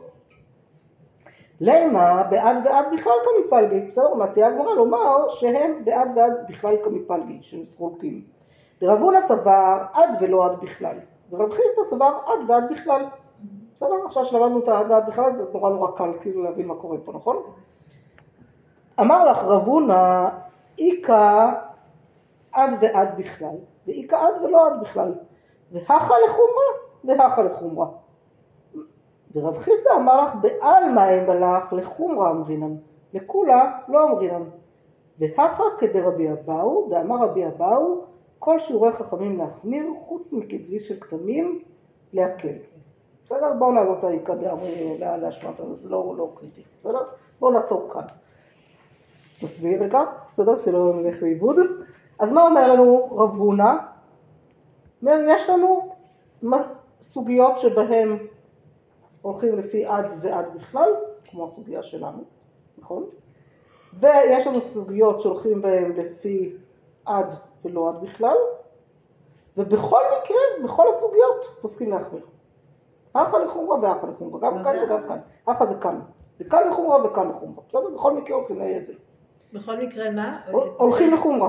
למה בעד ועד בכלל כמפלגי, בסדר? מציעה הגמרא לומר שהם בעד ועד בכלל כמפלגי, שהם סחולקים. ורב הונא סבר עד ולא עד בכלל. ורב חיסדא סבר עד ועד בכלל. בסדר? עכשיו שלמדנו את העד ועד בכלל, זה נורא קל כאילו להבין מה קורה פה, נכון? אמר לך רב הונא, איקה עד ועד בכלל, ואיקה עד ולא עד בכלל, והכה לחומרה, והכה לחומרה. ורב חיסדא אמר לך, בעלמא הם בלך לחומרה אמרינן, לכולה לא אמרינן. והכה כדרבי אבאו, דאמר רבי אבאו, כל שיעורי חכמים להחמיר, חוץ מכגריס של כתמים, להקל. בסדר? בואו נעזור את האיקה להשמעת, זה לא קריטי. בסדר? בואו נעצור כאן. נסביר רגע, בסדר? שלא נלך לאיבוד. אז מה אומר לנו רב הונא? אומר, יש לנו סוגיות שבהן הולכים לפי עד ועד בכלל, כמו הסוגיה שלנו, נכון? ויש לנו סוגיות שהולכים בהן לפי עד ולא עד בכלל, ובכל מקרה, בכל הסוגיות, פוסקים להחמיר. הכה לחומרה והכה לחומרה, גם כאן וגם כאן. הכה זה כאן, וכאן לחומרה וכאן לחומרה. בסדר? בכל מקרה הולכים את זה. בכל מקרה מה? הולכים לחומרה.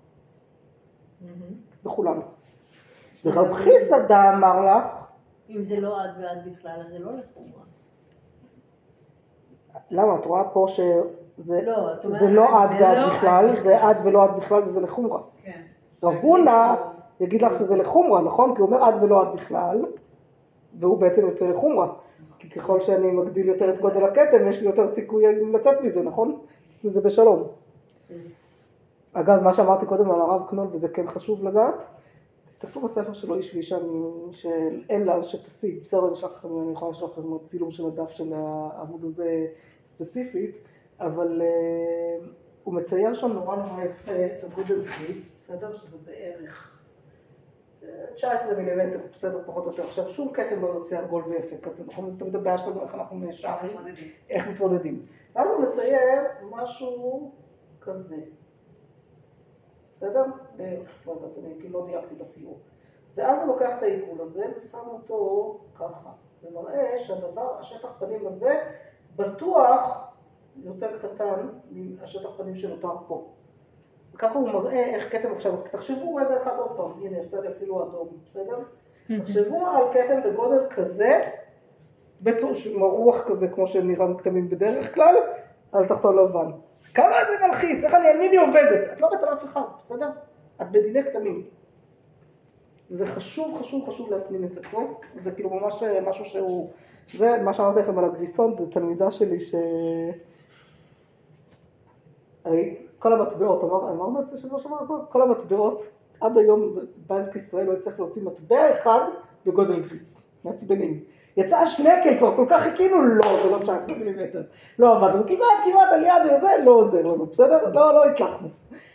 בכולנו. ורב חיסדא אמר לך, אם זה לא עד ועד בכלל, אז זה לא לחומרה. למה? את רואה פה שזה לא, את אומרת, זה לא עד זה ועד לא בכלל, עד זה עד ולא עד בכלל וזה לחומרה. כן. רב הונא יגיד לך שזה לחומרה, נכון? כי הוא אומר עד ולא עד בכלל, והוא בעצם יוצא לחומרה. כי ככל שאני מגדיל יותר את גודל הכתם, יש לי יותר סיכוי לצאת מזה, נכון? וזה בשלום. אגב, מה שאמרתי קודם על הרב קנול, וזה כן חשוב לדעת, תסתכלו בספר שלו איש ואישה שאין לה שתשיג, בסדר, אני יכולה לשלוח לכם צילום של הדף של העמוד הזה ספציפית, אבל הוא מצייר שם נורא יפה את הגודל גריס, בסדר, שזה בערך 19 מילימטר, בסדר, פחות או יותר. עכשיו, שום כתם לא יוצא עגול ויפה כזה, נכון? זה תמיד הבעיה שלנו, איך אנחנו משערים, איך מתמודדים. ואז הוא מצייר משהו כזה. בסדר? בערך, לא יודעת, אני לא דייקתי בציור. ואז הוא לוקח את העיגול הזה ושם אותו ככה. ומראה שהדבר, השטח פנים הזה, בטוח יותר קטן מהשטח פנים שנותר פה. וככה הוא מראה איך כתם עכשיו, תחשבו רגע אחד עוד פעם, הנה, יצא לי אפילו אדום, בסדר? תחשבו על כתם בגודל כזה, רוח כזה, כמו שהם נראה מכתמים בדרך כלל, על תחתון לבן. כמה זה מלחיץ, איך על מי עובדת? את לא באת על אף אחד, בסדר? את בדיני כתמים. זה חשוב להפנים את זה טוב, זה כאילו ממש משהו שהוא, זה מה שאמרתי לכם על הגריסון, זה תלמידה שלי כל המטבעות, אמרנו את זה שבוע שמע, כל המטבעות, עד היום בנק ישראל לא יצטרך להוציא מטבע אחד בגודל גריס, מעצבנים. יצא שנקל כבר, כל כך חיכינו, לא, זה לא 19 מילימטר. לא עבדנו, כמעט על יד וזה, לא עוזר לנו, בסדר? לא הצלחנו.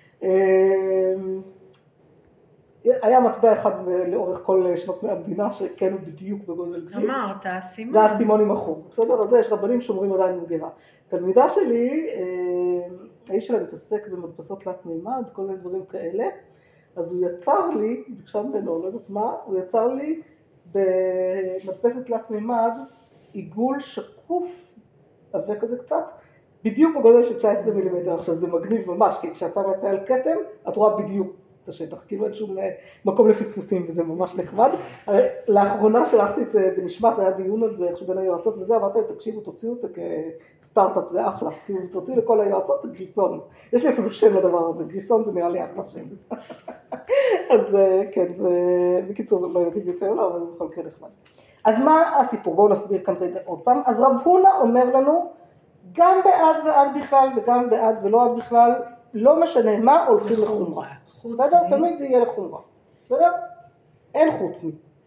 היה מטבע אחד לאורך כל שנות המדינה, שכן הוא בדיוק בגודל גריס. אמרת, הסימון. זה הסימון עם החור, בסדר? אז יש רבנים שאומרים עדיין מגירה. תלמידה שלי, האיש שלה מתעסק במדפסות תלת מימד, כל מיני דברים כאלה, אז הוא יצר לי, ביקשה ממנו, לא יודעת מה, הוא יצר לי במדפסת תלת מימד, עיגול שקוף, עבה כזה קצת, בדיוק בגודל של 19 מילימטר. עכשיו זה מגניב ממש, כי כשהצעה יצאה על כתם, את רואה בדיוק את השטח, כאילו אין שום מקום לפספוסים, וזה ממש נחמד. לאחרונה שלחתי את זה בנשמת, היה דיון על זה, איך שבין היועצות וזה, אמרתי להם, תקשיבו, תוציאו את זה כסטארט-אפ, זה אחלה, כאילו תוציאו לכל היועצות גריסון. יש לי אפילו שם לדבר הזה, גריסון זה נראה לי אחלה שם. אז כן, זה בקיצור, לא יודעים יצאו לו, אבל זה בכל כן נחמד. אז מה הסיפור? בואו נסביר כאן רגע עוד פעם. אז רב הונא אומר לנו, גם בעד ועד בכלל וגם בעד ולא עד בכלל, לא משנה מה, הולכים לחומרה. בסדר? תמיד זה יהיה לחומרה. בסדר? אין חוץ מי.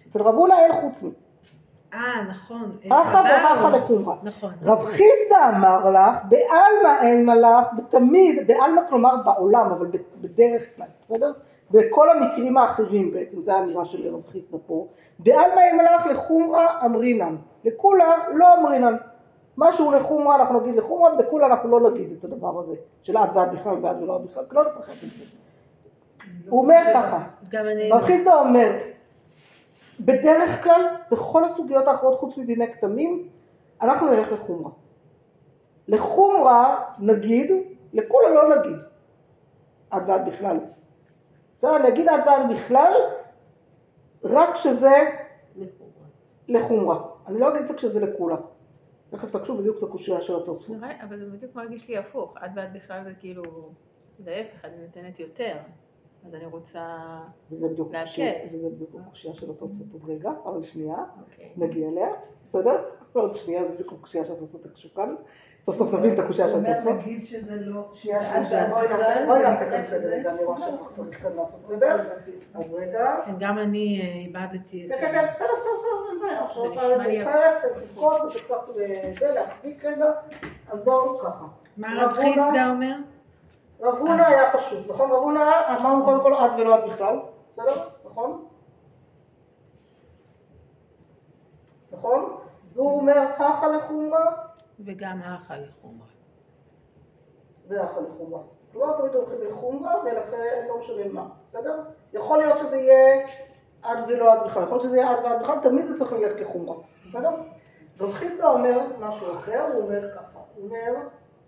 אצל רב הונא אין חוץ מי. נכון. הכה והכה לחומרה. נכון. רב חיסדא אמר לך, בעלמא אין מלאך, בתמיד, בעלמא כלומר בעולם, אבל בדרך כלל, בסדר? בכל המקרים האחרים בעצם, זו האמירה של רב חיסדא פה, בעלמא אין מלאך לחומרה אמרינן, לכולה לא אמרינן. משהו לחומרה אנחנו נגיד לחומרה, בכולה אנחנו לא נגיד את הדבר הזה, של עד ועד בכלל ועד ולא עד בכלל, לא נשחק עם זה. הוא אומר ככה, רב חיסדא אומר, בדרך כלל, בכל הסוגיות האחרות חוץ מדיני כתמים, אנחנו נלך לחומרה. לחומרה נגיד, לכולה לא נגיד, עד ועד בכלל. בסדר, נגיד עד ועד בכלל, רק שזה לחומרה. אני לא אגיד את זה כשזה לכולה. תכף תקשו בדיוק את הקושייה של התוספות. אבל זה בדיוק מרגיש לי הפוך, עד ועד בכלל זה כאילו, להפך, אני נותנת יותר. אז אני רוצה להקל. וזה בדיוק הקושייה של התוספות עוד רגע, אבל שנייה, נגיע אליה, בסדר? עוד שנייה, זה בדיוק הקושייה של התוספות הקשוקן. סוף סוף נבין את הקושייה של התוספות. נגיד שזה לא... שנייה, בואי נעשה כאן סדר רגע, אני רואה שאנחנו צריך כאן לעשות סדר. אז רגע. כן, גם אני איבדתי את... כן, בסדר, אין בעיה. עכשיו מאוחרת, אתם צודקות, וזה קצת זה, להחזיק רגע. אז בואו ככה. מה רב חיסדא אומר? רב הונא היה פשוט, נכון? רב הונא אמרנו קודם כל עד ולא עד בכלל, בסדר? נכון? נכון? והוא אומר הכה לחומרה וגם הכה לחומרה. והכה לחומרה. כלומר תמיד הולכים לחומרה ולכן לא משנה מה, בסדר? יכול להיות שזה יהיה עד ולא עד בכלל, יכול להיות שזה יהיה עד ועד בכלל, תמיד זה צריך ללכת לחומרה, בסדר? רב חיסדא אומר משהו אחר, הוא אומר ככה, הוא אומר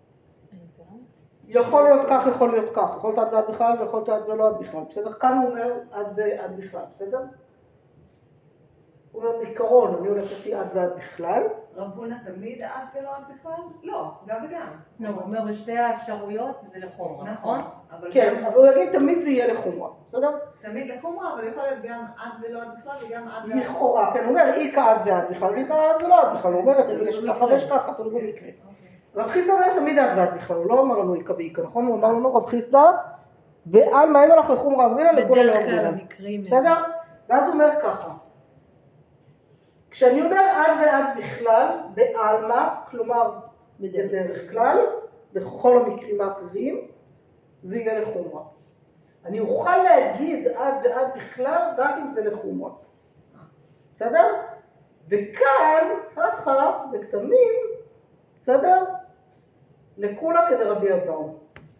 יכול להיות כך, יכול להיות כך, יכול להיות עד ועד בכלל ויכול להיות עד ולא עד בכלל, בסדר? כאן הוא אומר עד ועד בכלל, בסדר? הוא אומר בעיקרון, אני הולך לפי עד ועד בכלל. רב הונא תמיד עד ולא עד בכלל? לא, גם וגם. לא, הוא אומר בשתי האפשרויות זה לחומרה, נכון? כן, אבל הוא יגיד תמיד זה יהיה לחומרה, בסדר? תמיד לחומרה, אבל יכול להיות גם עד ולא עד בכלל וגם עד ועד. לכאורה, כן, הוא אומר איקה עד ועד בכלל ואיקה עד ולא עד בכלל, הוא אומר את זה, יש ככה ויש ככה, תלוי במקרה. רב חיסדא אומר תמיד עד ועד בכלל, הוא לא אמר לנו איקה ואיקה, נכון? הוא אמר לנו רב חיסדא, בעלמא אין מלאך לחומרה אמרינן לכולה לא אמרינן. בסדר? ואז הוא אומר ככה, כשאני אומר עד ועד בכלל, בעלמא, כלומר בדרך כלל, בכל המקרים האחרים, זה יהיה לחומרה. אני אוכל להגיד עד ועד בכלל רק אם זה לחומרה. בסדר? וכאן, הכה, בכתמים, בסדר? לכולה כדרבי אבאו.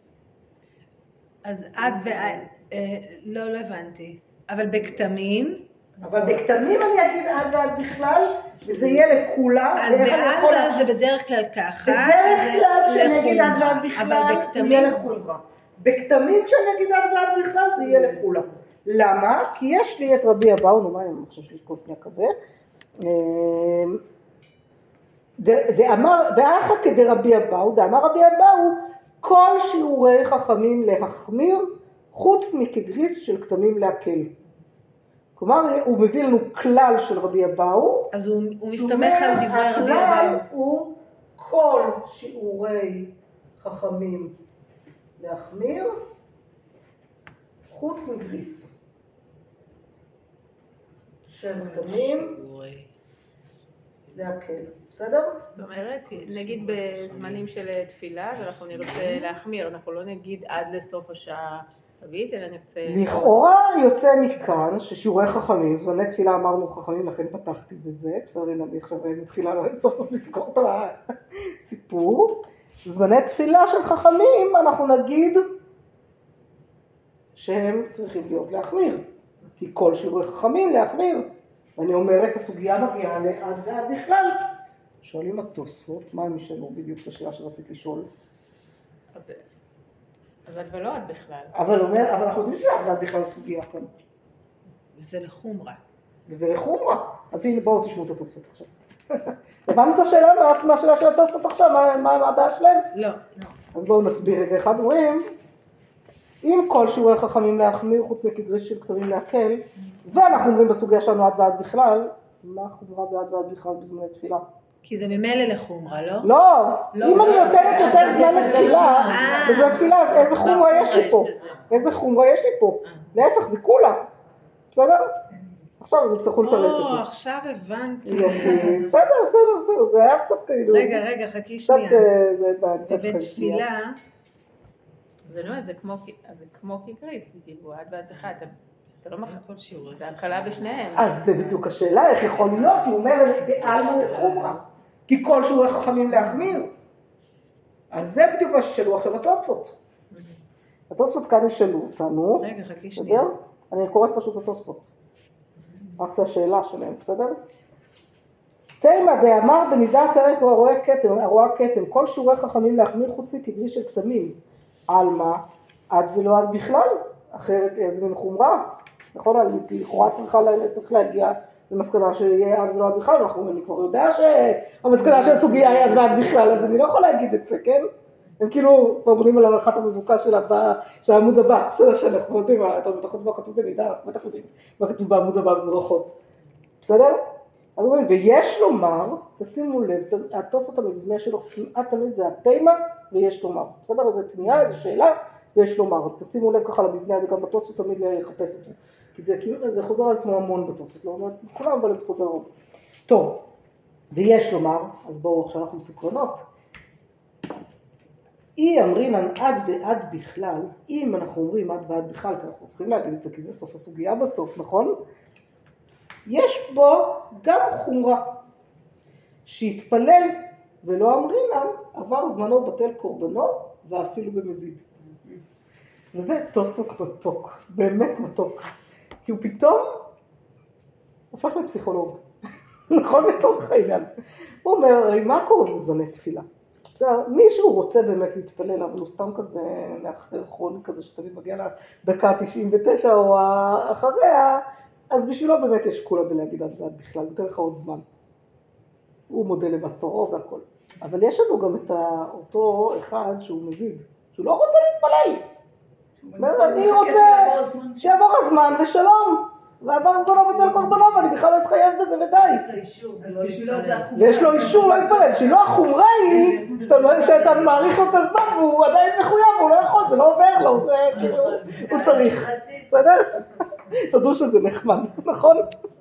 אז עד ועד, לא הבנתי. אבל בכתמים? אבל בכתמים אני אגיד עד ועד בכלל, וזה יהיה לכולה. אז בעלמא זה בדרך כלל ככה. בדרך כלל כשאני אגיד עד ועד בכלל, זה יהיה לחומרה. בכתמים כשאני אגיד עד ועד בכלל, זה יהיה לכולה. למה? כי יש לי את רבי אבאו, נו מה אני חושב שיש כל פני הקווה. ואחא כדרבי אבאו, דאמר רבי אבאו, כל שיעורי חכמים להחמיר, חוץ מכגריס של כתמים להקל. כלומר, הוא מביא לנו כלל של רבי אבאו. אז הוא מסתמך על דברי רבי אבאו. הכלל הוא כל שיעורי חכמים להחמיר, חוץ מגריס של כתמים להקל. בסדר? זאת אומרת, נגיד בזמנים של תפילה, ואנחנו נרצה להחמיר, אנחנו לא נגיד עד לסוף השעה רביעית, אלא נרצה... לכאורה יוצא מכאן ששיעורי חכמים, זמני תפילה אמרנו חכמים, לכן פתחתי בזה, בסדר, אני עכשיו מתחילה סוף סוף לזכור את הסיפור. זמני תפילה של חכמים, אנחנו נגיד שהם צריכים להיות להחמיר, כי כל שיעורי חכמים להחמיר. ואני אומרת, הסוגיה מגיעה לעד ועד בכלל. שואלים התוספות, מה הם ישאלו בדיוק בשאלה שרצית לשאול? אז עד ולא עד בכלל. אבל אנחנו יודעים שזה עד ועד בכלל הסוגיה כאן. וזה לחומרה. וזה לחומרה. אז הנה בואו תשמעו את התוספות עכשיו. הבנו את השאלה? מה השאלה של התוספות עכשיו? מה הבעיה שלהם? לא. אז בואו נסביר רגע אחד. אומרים, אם כל שיעורי חכמים להחמיר חוץ מכגריס של כתמים להקל, ואנחנו אומרים בסוגיה שלנו עד ועד בכלל, מה החומרה בעד ועד בכלל בזמני תפילה? כי זה ממילא לחומרה, לא? לא, אם אני נותנת יותר זמן לתפילה, בזמן תפילה, אז איזה חומרה יש לי פה? איזה חומרה יש לי פה? להפך, זה כולה. בסדר? עכשיו הם יצטרכו לתרץ את זה. עכשיו הבנתי. יופי, בסדר, זה היה קצת כאילו... רגע, חכי שנייה. ובתפילה... זה לא, זה כמו כקריס, כאילו, עד ועד בכלל, אתה לא מחכה כל שיעור, זה הקלה בשניהם. אז זה בדיוק השאלה, איך יכול להיות, הוא אומר, בעלמא לחומרא, כי כל שיעורי חכמים להחמיר. אז זה בדיוק מה ששאלו עכשיו התוספות. התוספות כאן ישאלו אותנו. רגע, חכי שנייה. אני קוראת פשוט התוספות. רק את השאלה שלהם, בסדר? תימא דאמר בנידה פרק הרואה כתם, כל שיעורי חכמים להחמיר חוץ מכגרי של כתמים. עלמא, עד ולא עד בכלל, אחרת זה מן חומרה. נכון, לכאורה צריך להגיע למסקנה שיהיה עד ולא עד בכלל, אני כבר יודע שהמסקנה של הסוגיה היא עד ועד בכלל, אז אני לא יכול להגיד את זה, כן? הם כאילו אומרים על הלכת המבוקה של העמוד הבא, בסדר שאנחנו יודעים, מה כתוב בנידה, אנחנו בטח יודעים מה כתוב בעמוד הבא בברכות, בסדר? אז אומרים, ויש לומר, תשימו לב, התוספות המבנה שלו כמעט תמיד זה התימא ויש לומר, בסדר? אז זה תמיהה, זו שאלה ויש לומר, תשימו לב ככה למבנה הזה, גם בתוספות תמיד לחפש אותו, כי זה חוזר על עצמו המון בתוספות, לא אומרת כולם, אבל זה חוזר הרבה. טוב, ויש לומר, אז בואו עכשיו אנחנו מסוקרנות, אי אמרינן עד ועד בכלל, אם אנחנו אומרים עד ועד בכלל, כי אנחנו צריכים להגיד את זה, כי זה סוף הסוגיה בסוף, נכון? יש בו גם חומרה, שהתפלל ולא אמרינן, עבר זמנו בטל קורבנו, ואפילו במזיד. וזה תוספות מתוק, באמת מתוק, כי הוא פתאום הופך לפסיכולוג, נכון לצורך העניין. הוא אומר, הרי מה קורה בזמני תפילה? מישהו רוצה באמת להתפלל, אבל הוא סתם כזה מאחר כרוני כזה שתמיד מגיע לדקה 99 או אחריה, אז בשבילו באמת יש כולה בלהגיד עד ועד בכלל, נותן לך עוד זמן. הוא מודה לבת פרעה והכל. אבל יש לנו גם את אותו אחד שהוא מזיד, שהוא לא רוצה להתפלל. אני רוצה שיעבור הזמן ושלום. ועבר זמנו בטל קורבנו, ואני בכלל לא אתחייב בזה ודי. ויש לו אישור לא להתפלל, שלא החומרה היא שאתה מעריך לו את הזמן והוא עדיין מחויב, הוא לא יכול, זה לא עובר לו, זה כאילו, הוא צריך. בסדר? תדעו שזה נחמד, נכון?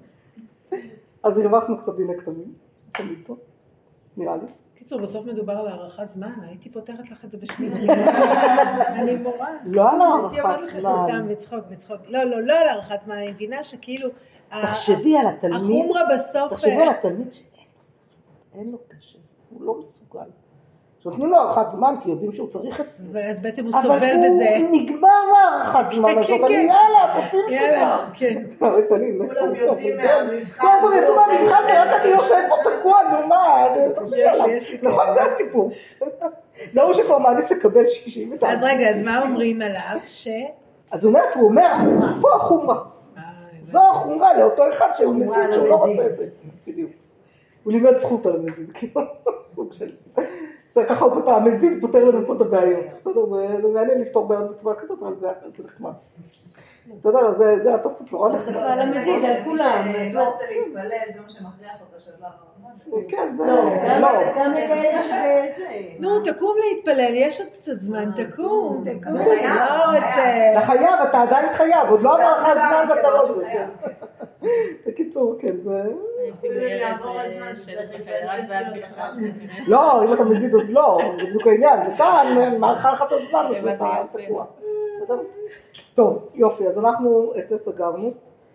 אז הרווחנו קצת דיני כתמים, שזה תמיד טוב, נראה לי. קיצור, בסוף מדובר על הארכת זמן, הייתי פותרת לך את זה בשמית. אני מורה. לא על הארכת זמן. סתם, בצחוק. לא על הארכת זמן, אני מבינה שכאילו... תחשבי על התלמיד. החומרה בסוף... תחשבי על התלמיד שאין לו סבלנות, אין לו קשב, הוא לא מסוגל. שנותנים לו הארכת זמן, כי יודעים שהוא צריך את זה. ואז בעצם הוא סובל בזה. אבל הוא נגמר מהארכת זמן הזאת, אני יאללה, קוצים שכבר. כן. כולם יוצאים מהמבחן. כבר יצאו מהמבחן, רק אני יושב פה תקוע, נו מה, נכון, זה הסיפור. זה הוא שכבר מעדיף לקבל 60. אז רגע, אז מה אומרים עליו? אז הוא אומר, פה החומרה. זו החומרה לאותו אחד שהוא מזיד, שהוא לא רוצה את זה. בדיוק. הוא לימד זכות על המזיד, כאילו, סוג של... זה ככה עוד פעם, המזיד פותר לנו פה את הבעיות, בסדר? זה מעניין לפתור בעיות בצורה כזאת, אבל זה נחמד. בסדר? זה התוספות נורא נחמד. על המזיד, על כולם. לא רוצה להתפלל, זה מה שמכריח אותה של דבר. כן, זה... לא, גם יש בזה. נו, תקום להתפלל, יש עוד קצת זמן, תקום. אתה חייב, אתה עדיין חייב, עוד לא אמר לך הזמן ואתה לא זה, כן. בקיצור, כן, זה... לא, אם אתה מזיד אז לא, זה בדיוק העניין, וכאן מערכה לך את הזמן, אז אתה תקוע. טוב, יופי, אז אנחנו את זה סגרנו.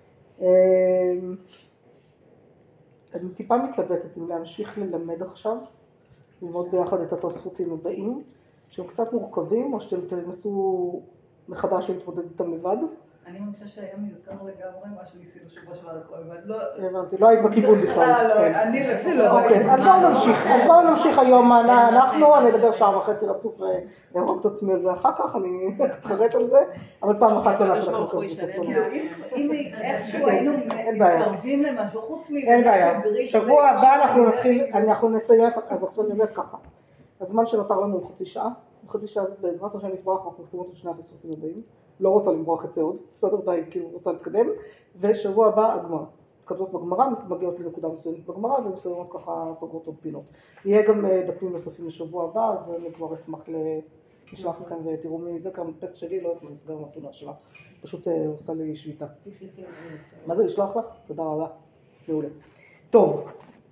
אני טיפה מתלבטת אם להמשיך ללמד עכשיו, ללמוד ביחד את התוספותים הבאים, שהם קצת מורכבים, או שאתם תנסו מחדש להתמודד איתם לבד. אני מרגישה שהיום מיותר לגמרי מה שניסינו שבוע שעבר לכל, אבל לא... הבנתי, לא היית בכיוון בכלל. לא, אני לפחות. אוקיי, אז בואו נמשיך היום, אני אדבר שעה וחצי רצוף וירוק את עצמי על זה אחר כך, אני אתחרט על זה, אבל פעם אחת לא נעשה לכם כזה קצת. אם איכשהו היינו מתקרבים למשהו, חוץ מ... אין בעיה, שבוע הבא אנחנו נסיים, אז עכשיו נבט ככה. הזמן שנותר לנו חצי שעה בעזרת השם נתברח, אנחנו נסיים את שני התוספות הבאים. לא רוצה למרוח את זה עוד, בסדר די, כאילו רוצה להתקדם, ושבוע הבא הגמרא. התקדמות בגמרא, מגיעות לנקודה מסוימת בגמרא, ומסיימות ככה סוגרות עוד פינות. יהיה גם דפים נוספים לשבוע הבא, אז אני כבר אשמח נשלח לכם ותראו מי זה, כמה פסט שלי, לא יודעת מה נסגר עם התמונה שלה, פשוט עושה לי שביתה. מה זה לשלוח לך? תודה רבה, מעולה. טוב,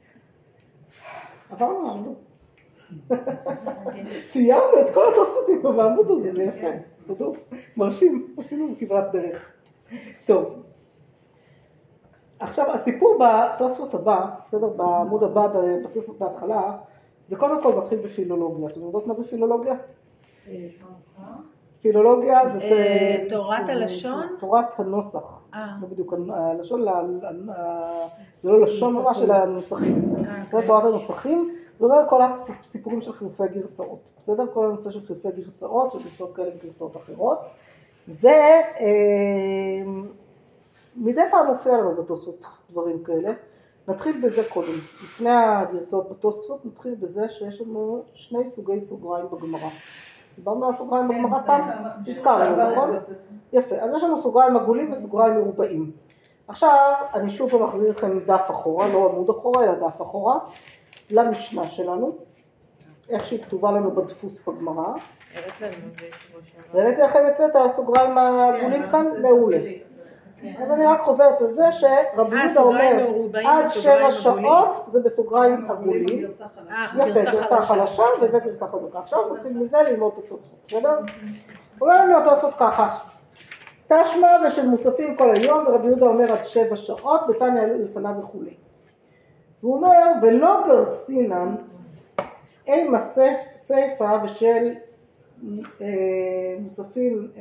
עברנו לעמוד. סיימנו את כל התוספים בעמוד הזה, זה יפה, תודו, מרשים, עשינו כברת דרך. טוב, עכשיו הסיפור בתוספות הבא, בסדר, בעמוד הבא, בתוספות בהתחלה, זה קודם כל מתחיל בפילולוגיה. אתם יודעות מה זה פילולוגיה? פילולוגיה זה תורת הלשון? תורת הנוסח. זה בדיוק, הלשון, זה לא לשון ממש, אלא הנוסחים. בסדר, תורת הנוסחים, זה אומר כל הסיפורים של חילופי גרסאות. בסדר, כל הנושא של חילופי גרסאות, של גרסאות כאלה וגרסאות אחרות. ומדי פעם מופיע לנו בתוספות דברים כאלה. נתחיל בזה קודם. לפני הגרסאות בתוספות, נתחיל בזה שיש לנו שני סוגי סוגריים בגמרא. דיברנו על סוגריים בגמרא פעם? הזכרנו, נכון? יפה. אז יש לנו סוגריים עגולים וסוגריים מרובעים. עכשיו, אני שוב מחזיר לכם דף אחורה, לא עמוד אחורה, אלא דף אחורה, למשנה שלנו, איך שהיא כתובה לנו בדפוס בגמרא. הראיתי לכם את הסוגריים העגולים כאן? מעולה. אז אני רק חוזרת על זה שרבי יהודה אומר עד 7 שעות זה בסוגריים עגולים. יפה, גרסה חלשה וזה גרסה חזקה. עכשיו נתחיל מזה ללמוד את התוספות, בסדר? אומר לנו התוספות ככה, תשמע ושל מוספים כל היום, ורבי יהודה אומר עד 7 שעות ותניא לפניו וכו'. והוא אומר ולא גרסינן אימה סיפה ושל מוספים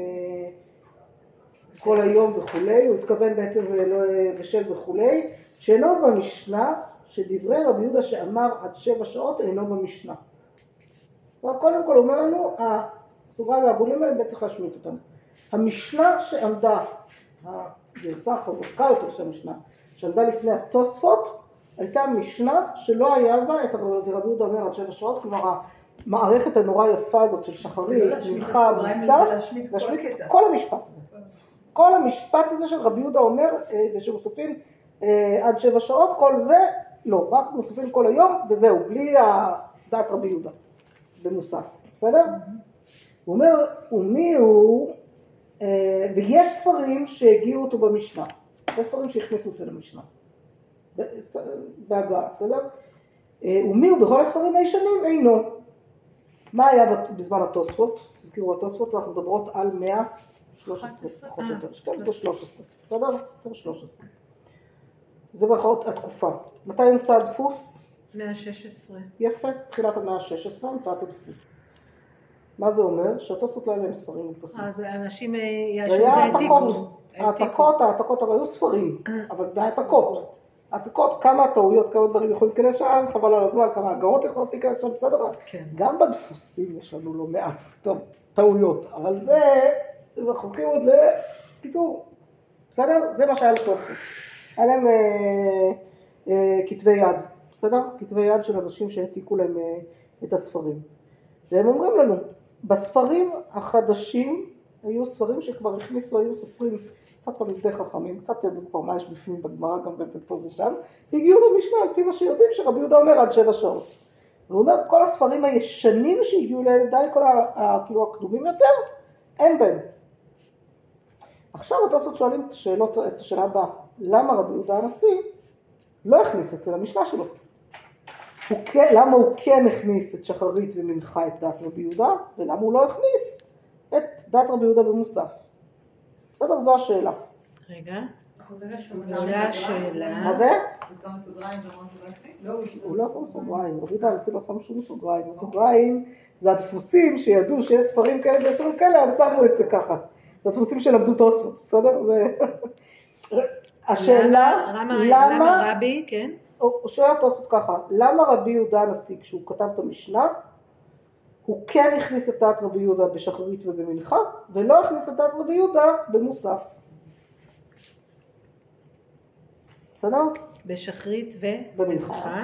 כל היום וכולי, הוא התכוון בעצם ושל וכולי, שאינו במשנה, שדברי רבי יהודה שאמר עד 7 שעות אינו במשנה. קודם כל אומר לנו, הסוגריים והעגולים האלה בעצם צריך להשמיט אותם. המשנה שעמדה, הגרסה החזקה יותר של המשנה, שעמדה לפני התוספות, הייתה משנה שלא היה בה, ורבי יהודה אומר עד 7 שעות, כלומר המערכת הנורא יפה הזאת של שחרית, מנחה, מוסף, להשמיט את כל המשפט הזה. כל המשפט הזה של רבי יהודה אומר, ושמוספים עד 7 שעות, כל זה לא, רק מוספים כל היום, וזהו, בלי דעת רבי יהודה, במוסף, בסדר? הוא אומר, ומי הוא, ויש ספרים שהגיעו אותו במשנה, יש ספרים שהכניסו את זה למשנה, בהגעה, בסדר? ומי הוא בכל הספרים הישנים? אינו. מה היה בזמן התוספות? תזכירו התוספות, אנחנו מדברות על 113, פחות או יותר, 12-13, בסדר? יותר 13. זה ברכאות התקופה. מתי נמצא הדפוס? 116. יפה, תחילת ה-116 נמצא את הדפוס. מה זה אומר? שהתוספות לא היה להם ספרים מודפסים. אז אנשים ישו והעתיקו. העתקות הרי היו ספרים, אבל בהעתקות. העתקות, כמה טעויות, כמה דברים יכולים להיכנס שם, חבל על הזמן, כמה הגרות יכולות להיכנס שם, בסדר? כן. גם בדפוסים יש לנו לא מעט טעויות, אבל זה, אנחנו הולכים עוד לקיצור, בסדר? זה מה שהיה לתוספות. היה להם כתבי יד, בסדר? כתבי יד של אנשים שהעתיקו להם את הספרים. והם אומרים לנו, בספרים החדשים היו ספרים שכבר הכניסו, היו סופרים קצת תלמידי חכמים, קצת ידעו כבר מה יש בפנים בגמרא גם פה ושם, הגיעו למשנה על פי מה שיודעים שרבי יהודה אומר עד 7 שעות. הוא אומר, כל הספרים הישנים שהגיעו לידי, כל כאילו הקדומים יותר, אין בהם. עכשיו התוספות שואלים את השאלה הבאה, למה רבי יהודה הנשיא לא הכניס את זה למשנה שלו? למה הוא כן הכניס את שחרית ומנחה את דת רבי יהודה, ולמה הוא לא הכניס את דת רבי יהודה במוסף? בסדר, זו השאלה. רגע. זו השאלה. מה זה? הוא שם סוגריים, זה אמרנו להכניס? הוא לא שם סוגריים, רבי יהודה הנשיא לא שם שום סוגריים. הסוגריים זה הדפוסים שידעו שיש ספרים כאלה וספרים כאלה, אז שמו את זה ככה. זה הדפוסים שלמדו תוספות, בסדר? זה... השאלה, למה רבי, כן? הוא שואל תוספות ככה, למה רבי יהודה הנשיא, כשהוא כתב את המשנה, הוא כן הכניס את דת רבי יהודה בשחרית ובמנחה, ולא הכניס את דת רבי יהודה במוסף. בסדר? בשחרית ובמנחה.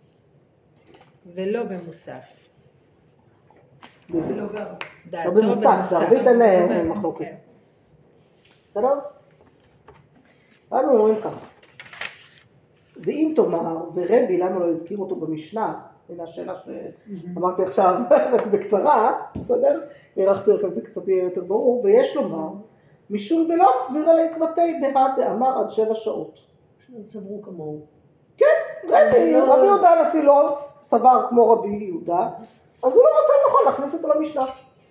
ולא במוסף. לא במוסף, בערבית אין מחלוקת. בסדר? ואז הם אומרים ככה, ואם תאמר, ורבי למה לא הזכיר אותו במשנה, הנה השאלה שאמרתי עכשיו רק בקצרה, בסדר? הערכתי לכם את זה קצת יהיה יותר ברור, ויש לומר, משום דלא סבירה לעקבתי בהד דאמר עד 7 שעות. סברו כמוהו. כן, רבי יהודה הנשיא לא סבר כמו רבי יהודה, אז הוא לא מצא נכון להכניס אותו למשנה.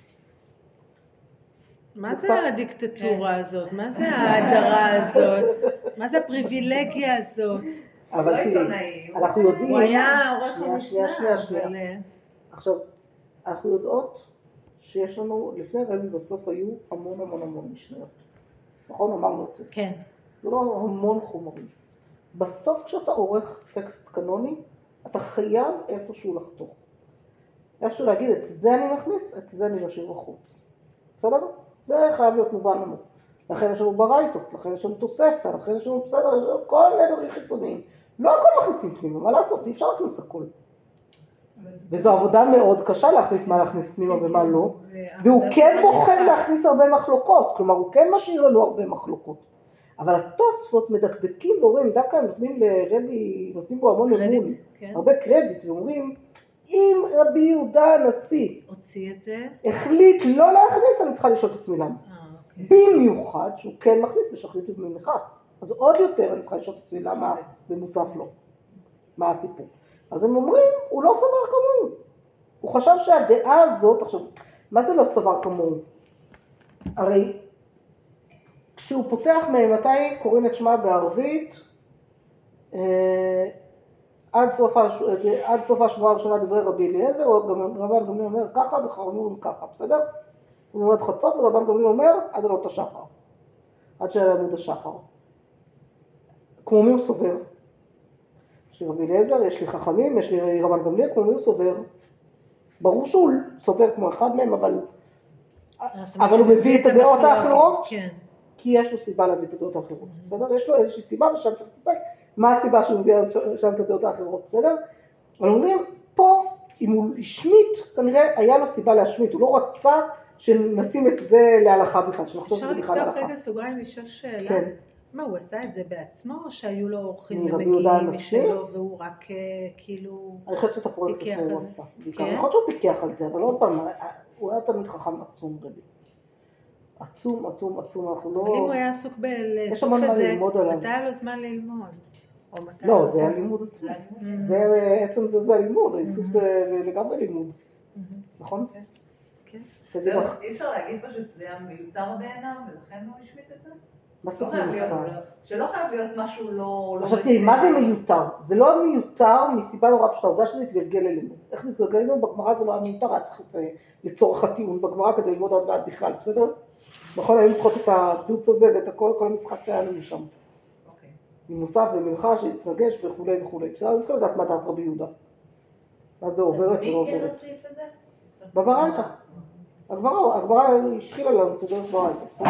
מה זה הדיקטטורה הזאת? מה זה ההדרה הזאת? מה זה הפריבילגיה הזאת? אבל אנחנו יודעים... הוא היה עורך המשנה. שנייה. עכשיו, אנחנו יודעות שיש לנו, לפני רבי בסוף היו המון משניות. נכון? אמרנו את זה. כן. לא המון חומרים. בסוף כשאתה עורך טקסט קנוני, אתה חייב איפשהו לחתוך. איפשהו להגיד, את זה אני מכניס, את זה אני משאיר בחוץ. בסדר? זה חייב להיות מובן לנו. לכן יש לנו ברייתות, לכן יש לנו תוספתא, לכן יש לנו בסדר, יש לנו כל מיני דברים חיצוניים. לא הכל מכניסים פנימה, מה לעשות? אי אפשר להכניס הכל. וזו עבודה מאוד קשה להחליט מה להכניס פנימה ומה לא. והוא כן בוחר להכניס הרבה מחלוקות, כלומר הוא כן משאיר לנו הרבה מחלוקות. אבל התוספות מדקדקים ואומרים, דווקא הם נותנים לרבי, נותנים בו המון אמון, הרבה קרדיט, ואומרים, אם רבי יהודה הנשיא הוציא את זה, החליט לא להכניס, אני צריכה לשאול את עצמי למה. במיוחד שהוא כן מכניס בשחרית ובמנחה. אז עוד יותר אני צריכה לשאול את עצמי למה במוסף לא. מה הסיפור? אז הם אומרים, הוא לא סבר כמוהו. הוא חשב שהדעה הזאת, עכשיו, מה זה לא סבר כמוהו? הרי כשהוא פותח מתי קוראים את שמה בערבית, עד סוף השבועה הראשונה דברי רבי אליעזר, או רבן גמליאל אומר ככה וחכמים אומרים ככה, בסדר? הוא אומר עד חצות ורבן גמליאל אומר עד עלות השחר, עד שאלה עמוד השחר. כמו מי הוא סובר? יש לי רבי אליעזר, יש לי חכמים, יש לי רבן גמליאל, כמו מי הוא סובר? ברור שהוא סובר כמו אחד מהם, אבל הוא מביא את הדעות האחרות, כי יש לו סיבה להביא את הדעות האחרות, בסדר? יש לו איזושהי סיבה ושם צריך להתעסק מה הסיבה שהוא מביא שם את הדעות האחרות, בסדר? אבל אומרים, פה, אם הוא השמיט, כנראה היה לו סיבה להשמיט, הוא לא רצה שנשים את זה להלכה בכלל, שנחשוב שזה בכלל להלכה. אפשר לפתוח רגע סוגריים לשאול שאלה? כן. מה, הוא עשה את זה בעצמו, או שהיו לו אורחים מרבי יהודה ומגיעים הנשיא? משלו, והוא רק כאילו... אני חושבת שאת הפרויקט פיקח עצמו על הוא זה. עשה. כן? אני חושבת שהוא פיקח על זה, אבל עוד פעם, הוא היה תמיד חכם עצום רבי. עצום, אנחנו לא... אבל אם הוא היה עסוק יש בלאסוף המון מה את זה, ללמוד עליו. מתי היה לו זמן ללמוד? או מתי לא, היה זה לו- הלימוד עצמו. עצם זה הלימוד, האיסוף זה לגמרי לימוד. נכון? כן. תגיד לך, אי אפשר להגיד פשוט שזה היה מיותר בעיניו, ולכן הוא השמיט את זה? מה זאת לא חייב להיות, אומרת? שלא חייב להיות משהו לא... עכשיו תראי, מה זה מיותר? זה לא מיותר מסיבה נורא פשוטה, עובדה שזה התגלגל אלינו. איך זה התגלגל אלינו? בגמרא זה לא היה מיותר, היה צריך את זה לצורך הטיעון בגמרא כדי ללמוד עוד מעט בכלל, בסדר? נכון, היינו צריכות את הדוץ הזה ואת כל המשחק שהיה לנו שם. אוקיי. עם מוסף ומלכה שהתרגש וכולי וכולי. בסדר, אני צריכה לדעת מה דעת רבי יהודה. מה זה עוברת ולא אז מי כן עוברת. הוסיף את זה? בברייתא. הגמרא השחילה לנו את זה דרך ברייתא, בסדר?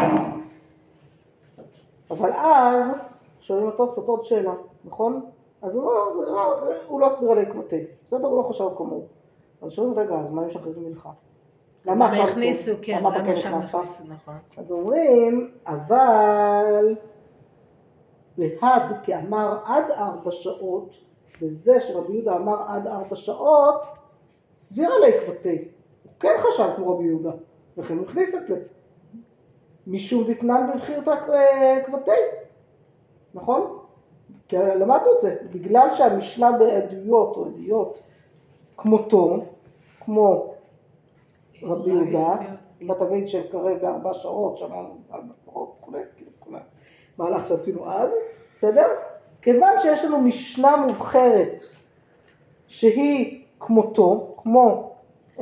אבל אז שואלים אותו סוט עוד שאלה, נכון? אז הוא לא סביר על העקבתי, בסדר? הוא לא חשב כמוהו. אז שואלים, רגע, אז מה הם שחררים מלכה? למה למה עכשיו הכניסו, כן, למה אתה למה כן שם הכנסת? הכניסו, נכון. אז אומרים, אבל בהד כאמר עד 4 שעות, וזה שרבי יהודה אמר עד 4 שעות, סביר על העקבתי. הוא כן חשב כמו רבי יהודה, לכן הוא הכניס את זה. משום דתנן בבחיר את העקבתי, נכון? כי למדנו את זה, בגלל שהמשנה בעדויות או עדויות כמותו, כמו רבי יהודה, בתמיד שקרב ב4 שעות, שמענו על מטרות, כולי, מהלך שעשינו אז, בסדר? כיוון שיש לנו משנה מובחרת שהיא כמותו, כמו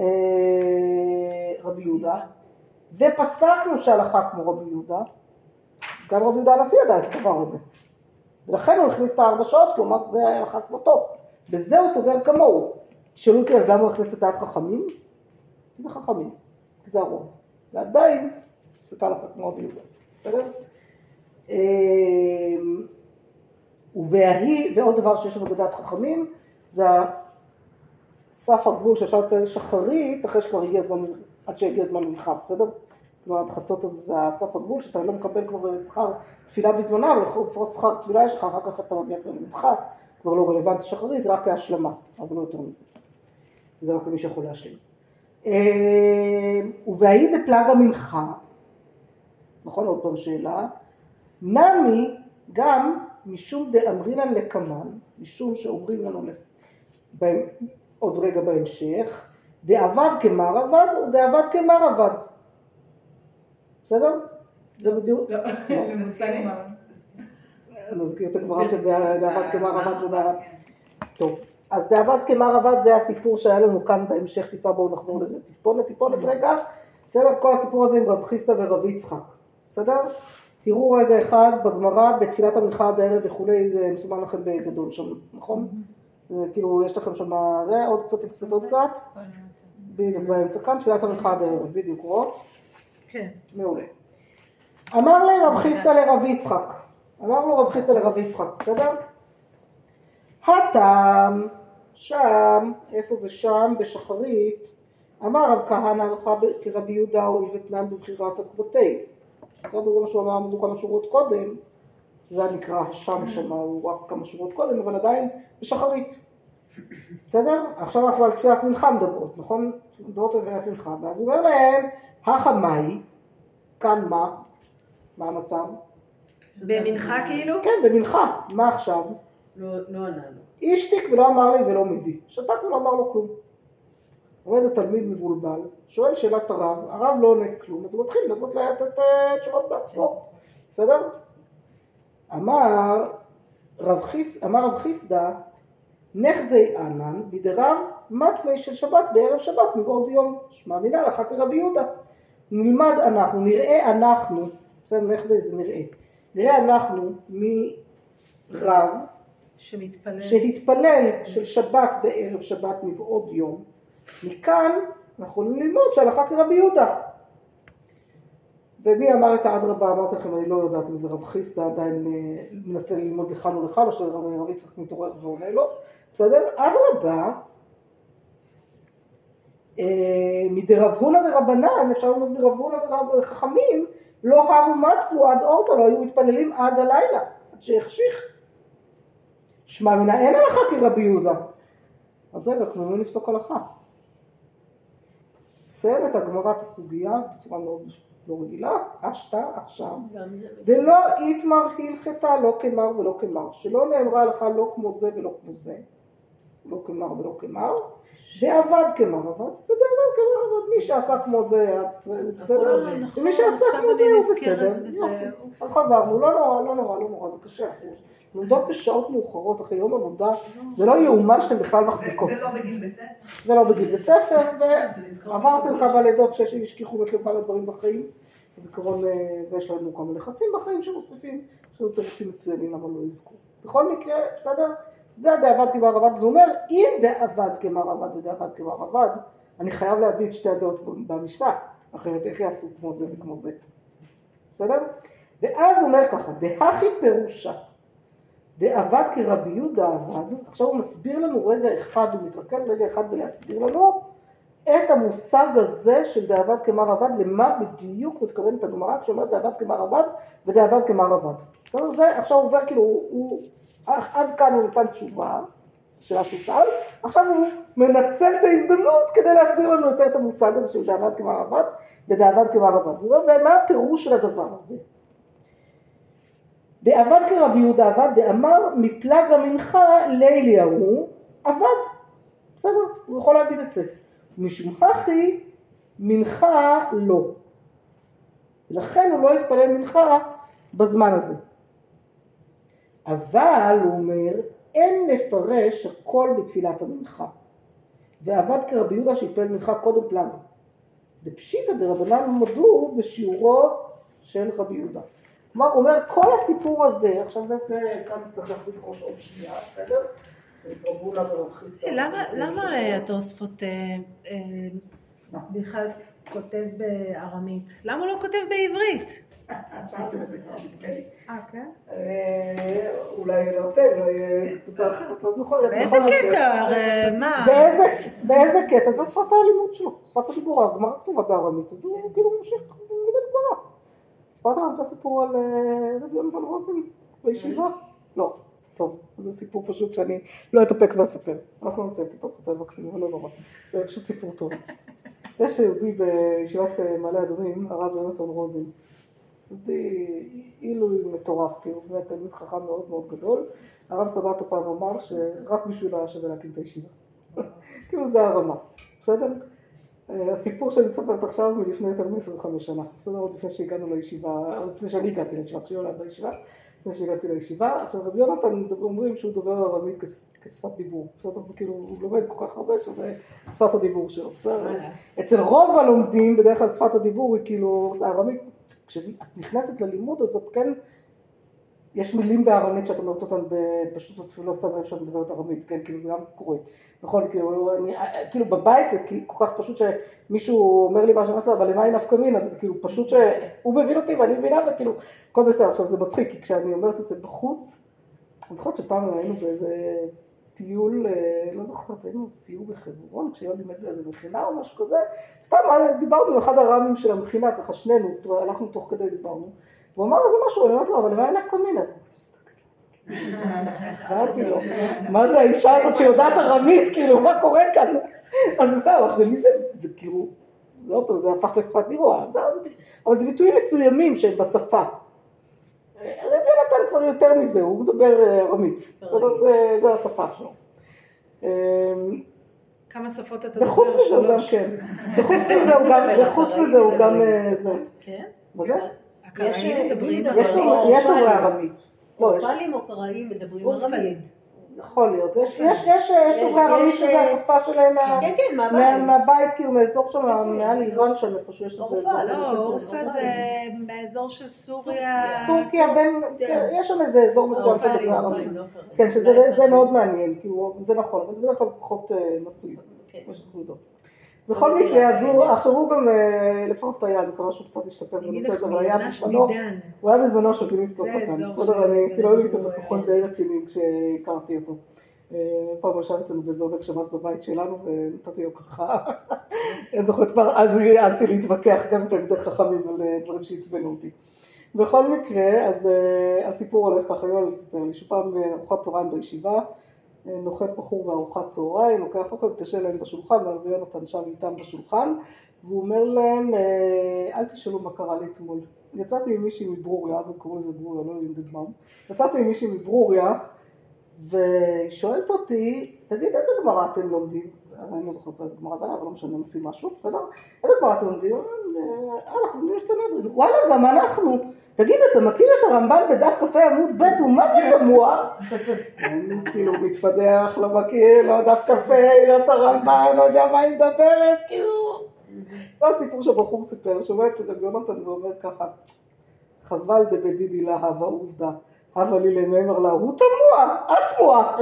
רבי יהודה, ופסקנו שהלכה כמו רבי יהודה, גם רבי יהודה הנשיא ידע את הדבר הזה. ולכן הוא הכניס את 4 שעות, כי הוא אמר, זה היה הלכה כמותו. בזה הוא סובר כמוהו. שאלו אותי, אז למה הוא הכניס את דעת חכמים? כי זה חכמים, כי זה הרוב. ועדיין, פסקה הלכה כמו רבי יהודה. בסדר? ועוד דבר שיש לנו בדעת חכמים, זה סף הגבול שאפשר להתפלל שחרית, אחרי שכבר הגיע זמן, עד שהגיע זמן מלכה, בסדר? כלומר, עד חצות הזה זה סף הגבול, שאתה לא מקבל כבר שכר תפילה בזמנה, אבל לפחות שכר תפילה יש לך, אחר כך אתה מגיע כבר למלכה, כבר לא רלוונטי שחרית, רק כהשלמה, אבל לא יותר מזה. זה רק למי שיכול להשלים. ובהאי דפלגה מנחה, נכון, עוד פעם שאלה, נמי גם משום דאמרינן לקמן, משום שאומרים לנו עוד רגע בהמשך, דאבד כמר אבד או דאבד כמר אבד. בסדר? זה בדיוק. נזכיר את הגמרא של דאבד כמר אבד ודאבד. טוב, אז דאבד כמר אבד זה הסיפור שהיה לנו כאן בהמשך טיפה, בואו נחזור לזה טיפונת רגע. בסדר? כל הסיפור הזה עם רב חיסדא ורב יצחק. בסדר? תראו רגע אחד בגמרא, בתפילת המנחה עד הערב וכולי, זה מסומן לכם בגדול שם, נכון? כאילו יש לכם שם עוד קצת, עוד קצת. בדיוק באמצע כאן, תפילת המנחה עד הערב, בדיוק רואות? כן. מעולה. אמר לי רב חיסדא לרב יצחק, אמר לו רב חיסדא לרב יצחק, בסדר? הטעם, שם, איפה זה שם? בשחרית, אמר רב כהנא הלכה כרבי יהודה הואיל ותנן בבחירת עקבותיה. זה מה שהוא אמר, עמדו כמה שורות קודם, זה נקרא השם שם, הוא רק כמה שורות קודם, אבל עדיין בשחרית. בסדר? עכשיו אנחנו על תפילת מנחה מדברות, נכון? מדברות על תפילת מנחה, ואז הוא אומר להם, החמאי, כאן מה? מה המצב? במנחה כאילו? כן, במנחה. מה עכשיו? לא ענה לו. השתיק ולא אמר לי ולא מידי. שתק ולא אמר לו כלום. עומד התלמיד מבולבל, שואל שאלת הרב לא עונה כלום, אז הוא מתחיל לעשות את תשובות בעצמו. בסדר? אמר רב חיסדא, נחזי ענן בדרב מצלי של שבת בערב שבת מבעוד יום. שמע מינה לך כרבי יהודה. נלמד אנחנו, נראה אנחנו, בסדר, נחזי זה נראה. נראה אנחנו מרב שהתפלל של שבת בערב שבת מבעוד יום. מכאן אנחנו יכולים ללמוד שהלכה כרבי יהודה. ומי אמר את האדרבה? אמרתי לכם, אני לא יודעת אם זה רב חיסדא עדיין מנסה ללמוד לכאן או לכאן, או שרב יצחק מתעורר ועונה לו. בסדר? אדרבה, מדרב הונא ורבנן, אפשר ללמוד מרב הונא וחכמים, לא הרו מצלו עד אורתא, לא היו מתפללים עד הלילה, עד שיחשיך. שמע מינה אין הלכה כרבי יהודה. אז רגע, כמו מי נפסוק הלכה? סיים את הגמרת הסוגיה בצורה מאוד לא רגילה, אשתה עכשיו, דלא איתמר הלכתה לא כמר ולא כמר, שלא נאמרה לך לא כמו זה ולא כמו זה, לא כמר ולא כמר, דאבד כמר אבד, ודאבד כמר אבד, מי שעשה כמו זה הוא בסדר, ומי שעשה כמו זה הוא בסדר, אז חזרנו, לא נורא, זה קשה, לומדות בשעות מאוחרות אחרי יום עבודה, זה לא יאומן שאתם בכלל מחזיקות. ולא בגיל בית ספר, ועברתם כמה לידות שהשכיחו מכם כמה דברים בחיים, זיכרון, ויש לנו כמה לחצים בחיים שמוסיפים, יש לנו תירוצים מצוינים למה לא יזכו. בכל מקרה, בסדר? זה דאבד כמר אבד, זה אומר, אם דאבד כמר אבד ודאבד כמר אבד, אני חייב להביא את שתי הדעות במשנה, אחרת איך יעשו כמו זה וכמו זה. בסדר? ואז הוא אומר ככה, דהכי פירושה, דאבד כרבי יהודה אבד, עכשיו הוא מסביר לנו רגע אחד, הוא מתרכז רגע אחד בלהסביר לנו את המושג הזה של דאבד כמר אבד, למה בדיוק מתכוונת הגמרא כשאומרת דאבד כמר אבד ודאבד כמר אבד. בסדר? זה עכשיו הוא עובר כאילו, עד כאן הוא נתן תשובה, שאלה שהוא שאל, עכשיו הוא מנצל את ההזדמנות כדי להסביר לנו יותר את המושג הזה של דאבד כמר אבד ודאבד כמר אבד. ומה הפירוש של הדבר הזה? דאבד כרבי יהודה אבד, דאמר מפלג המנחה לילי ההוא אבד. בסדר, הוא יכול להגיד את זה. משום הכי מנחה לא. ולכן הוא לא יתפלל מנחה בזמן הזה. אבל הוא אומר, אין לפרש הכל בתפילת המנחה. ועבד כרבי יהודה שהתפלל מנחה קודם פלג. דפשיטא דרבנן מודו בשיעורו של רבי יהודה. כלומר, הוא אומר, כל הסיפור הזה, עכשיו זה כאן צריך להחזיק ראש עוד שנייה, בסדר? למה התוספות בכלל כותב בארמית? למה הוא לא כותב בעברית? שאלתם את זה כבר, נדמה כן? אולי לא אתם, אולי קבוצה אחרת, לא זוכרת. באיזה קטע? מה? באיזה קטע? זה שפת הלימוד שלו, שפת הדיבור, הגמרא כתובה בארמית, אז הוא כאילו ממשיך ללמד גמרא. סיפרת לנו את הסיפור על רבי יונתן רוזן בישיבה? לא. טוב, זה סיפור פשוט שאני לא אתאפק ואספר. אנחנו נסיים טיפה סרטי מקסימום, אבל לא נורא. זה פשוט סיפור טוב. יש יהודי בישיבת מעלה אדומים, הרב יונתן רוזן. יהודי עילוי מטורף, כאילו באמת תלמיד חכם מאוד מאוד גדול. הרב סבתו פעם אמר שרק בשביל היה שווה להקים את הישיבה. כאילו זה הרמה, בסדר? הסיפור שאני מספרת עכשיו מלפני יותר מ-25 שנה. בסדר, עוד לפני שהגענו לישיבה, לפני שאני הגעתי לישיבה, כשהיא עולה בישיבה. לפני שהגעתי לישיבה, עכשיו רבי יונתן אומרים שהוא דובר ארמית כשפת דיבור, בסדר? זה כאילו, הוא לומד כל כך הרבה שזה שפת הדיבור שלו, בסדר? אצל רוב הלומדים, בדרך כלל שפת הדיבור היא כאילו, זה ארמית, כשאת נכנסת ללימוד הזאת, כן, יש מילים בארמית שאת אומרת אותן פשוט אפילו לא שמה שאת מדברת ארמית, כן, כאילו זה גם קורה, נכון, כאילו בבית זה כל כך פשוט שמישהו אומר לי מה שאומרת לו, אבל למה היא נפקא מינה, וזה כאילו פשוט שהוא מבין אותי ואני מבינה, וכאילו, הכל בסדר. עכשיו זה מצחיק, כי כשאני אומרת את זה בחוץ, אני זוכרת שפעם היינו באיזה טיול, לא זוכרת, היינו סיור בחברון, כשיהיה לימד באיזה מכינה או משהו כזה, סתם דיברנו עם אחד הרמים של המכינה, ככה שנינו, הלכנו תוך כדי דיברנו, והוא אמר איזה משהו, אני אומרת לו, אבל למה היא נפקא מינה? קראתי לו, מה זה האישה הזאת שיודעת ארמית, כאילו, מה קורה כאן? אז זה סתם, אח שלי זה כאילו, זה הפך לשפת דיבור, אבל זה ביטויים מסוימים שהם בשפה. רבי יונתן כבר יותר מזה, הוא מדבר ארמית, זה השפה שלו. כמה שפות אתה מדבר? וחוץ מזה הוא גם כן, וחוץ מזה הוא גם זה. כן? מה זה? הקראיים מדברים יש דוברי ארמית. אורפלים או קראיים מדברים ארמית. יכול להיות, יש דוברי ארמית שזה השפה שלהם מהבית, כאילו מאזור שם, מעל איראן שם איפשהו, יש איזה אזור. לא, אורפה זה באזור של סוריה. סוריה, יש שם איזה אזור מסוים של דוברי ארמית. כן, שזה מאוד מעניין, כאילו, זה נכון, אבל זה בדרך כלל פחות מצוי, כמו שאנחנו יודעות. בכל מקרה, אז עכשיו הוא גם, לפחות היה, אני מקווה שהוא קצת השתפר בנושא הזה, אבל היה בזמנו, הוא היה בזמנו שוביניסט לא קטן, בסדר, אני כאילו לא הייתי בכחול די רציני כשהכרתי אותו. פעם הוא ישב אצלנו באיזה עונג שבת בבית שלנו, ונתתי לו ככה, אני זוכרת כבר, אז העזתי להתווכח גם תלמידי חכמים על דברים שהצבנו אותי. בכל מקרה, אז הסיפור הולך ככה, יואל סיפר לי, שפעם ארוחת צהריים בישיבה, נוחת בחור בארוחת צהריים, לוקח אוכל ותשאל להם בשולחן, ורבי יונתן שם איתם בשולחן, והוא אומר להם, אל תשאלו מה קרה לי אתמול. יצאתי עם מישהי מברוריה, אז הם קראו לזה ברוריה, לא לינדדמם. יצאתי עם מישהי מברוריה, ושואלת אותי, תגיד, איזה גמרא אתם לומדים? אני לא זוכרת איזה גמרא זה היה, אבל לא משנה, נמציא משהו, בסדר? איזה גמרא אתם לומדים? אנחנו לומדים סנהדרין. וואלה, גם אנחנו. תגיד, אתה מכיר את הרמב"ן בדף כ"ה עמוד ב', ומה זה תמוה? אני כאילו מתפדח, לא מכיר, לא דף כ"ה, לא את הרמב"ן, לא יודע מה היא מדברת, כאילו. זה הסיפור שבחור סיפר, שומע אצל רבי יונתן ואומר ככה, חבל דבדידי לה הווה עובדה, הווה לי למאמר לה, הוא תמוה, את תמוה.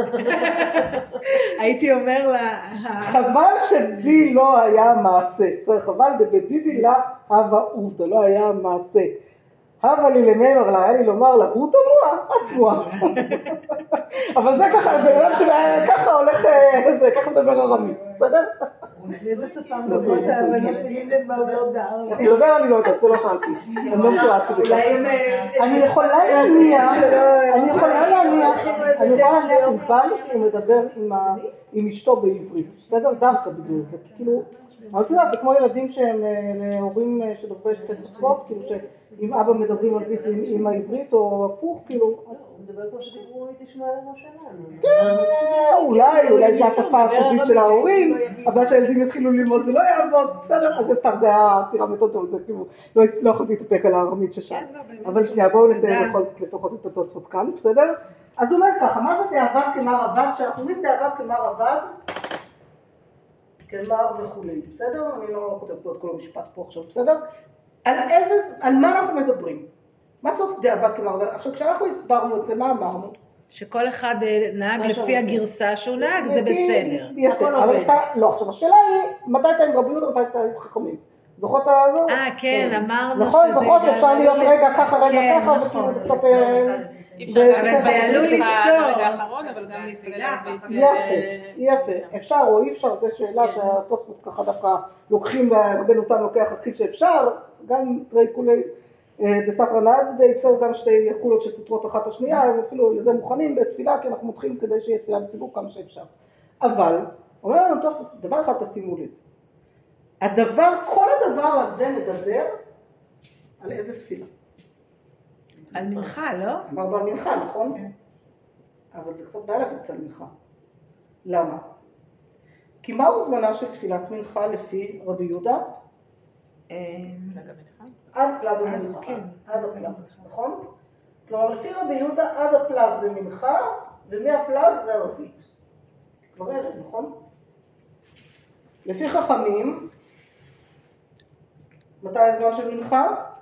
הייתי אומר לה, חבל שבי לא היה מעשה, בסדר, חבל דבדידי לה הווה עובדה, לא היה מעשה. הווה לי למאמר לה, היה לי לומר לה, הוא תמוה, את תמוה. אבל זה ככה, בן אדם שככה הולך, ככה מדבר ארמית, בסדר? איזה שפה מדברות, אבל נגיד מה הוא לא יודע. אני מדבר, אני לא יודעת, זה לא שאלתי. אני לא מכירה עד כדי כך. אני יכולה להניח, אני יכולה להניח עם בעל שהוא מדבר עם אשתו בעברית, בסדר? דווקא בגלל זה, כאילו, אבל אתה יודעת, זה כמו ילדים שהם להורים שדוברי שתי שפות, כאילו שאם אבא מדברים עברית ועם אמא עברית או הפוך, כאילו... הוא מדבר כמו שדיברו תשמע למה שלנו. כן, אולי זה השפה הסודית של ההורים, אבל שהילדים יתחילו ללמוד זה לא יעבוד, בסדר? אז זה סתם, זה היה צירה מאוד טוב, זה כאילו, לא יכולתי להתאפק על הארמית ששם. אבל שנייה, בואו נסיים בכל זאת לפחות את התוספות כאן, בסדר? אז הוא אומר ככה, מה זה דאבד כמר אבד? כשאנחנו אומרים דאבד כמר אבד, כמר וכולי, בסדר? אני לא כותב פה את כל המשפט פה עכשיו, בסדר? על מה אנחנו מדברים? מה זאת דאבד כמר אבד? עכשיו, כשאנחנו הסברנו את זה, מה אמרנו? שכל אחד נהג לפי הגרסה שהוא נהג, זה בסדר. יפה, אבל אתה, לא, עכשיו השאלה היא, מתי אתה עם רבי יהודה ומתי אתה עם חכמים? זוכרות את זה? כן, אמרנו נכון, זוכרות שאפשר להיות רגע ככה, רגע ככה, וכאילו זה קצת... אבל זה עלול לסתור. אבל גם נפילה. יפה, אפשר או אי אפשר, זו שאלה שהתוספות ככה דווקא לוקחים, רבנו תם לוקח הכי שאפשר, גם תראי כולי, דסתרא נד, בסדר גם שתי קולות שסותרות אחת השנייה, הם אפילו לזה מוכנים בתפילה, כי אנחנו מותחים כדי שיהיה תפילה בציבור כמה שאפשר. אבל, אומר לנו תוספות, דבר אחד תשימו לב, כל הדבר הזה מדבר על איזה תפילה? על מנחה, לא? אמרנו על מנחה, נכון? כן. אבל זה קצת בעיה להגיד על מנחה. למה? כי מהו זמנה של תפילת מנחה לפי רבי יהודה? עד פלג המנחה. כן. עד הפלג, נכון? כלומר, לפי רבי יהודה עד הפלג זה מנחה, ומהפלג זה ערבית. כבר ערב, נכון? לפי חכמים, מתי הזמן של מנחה?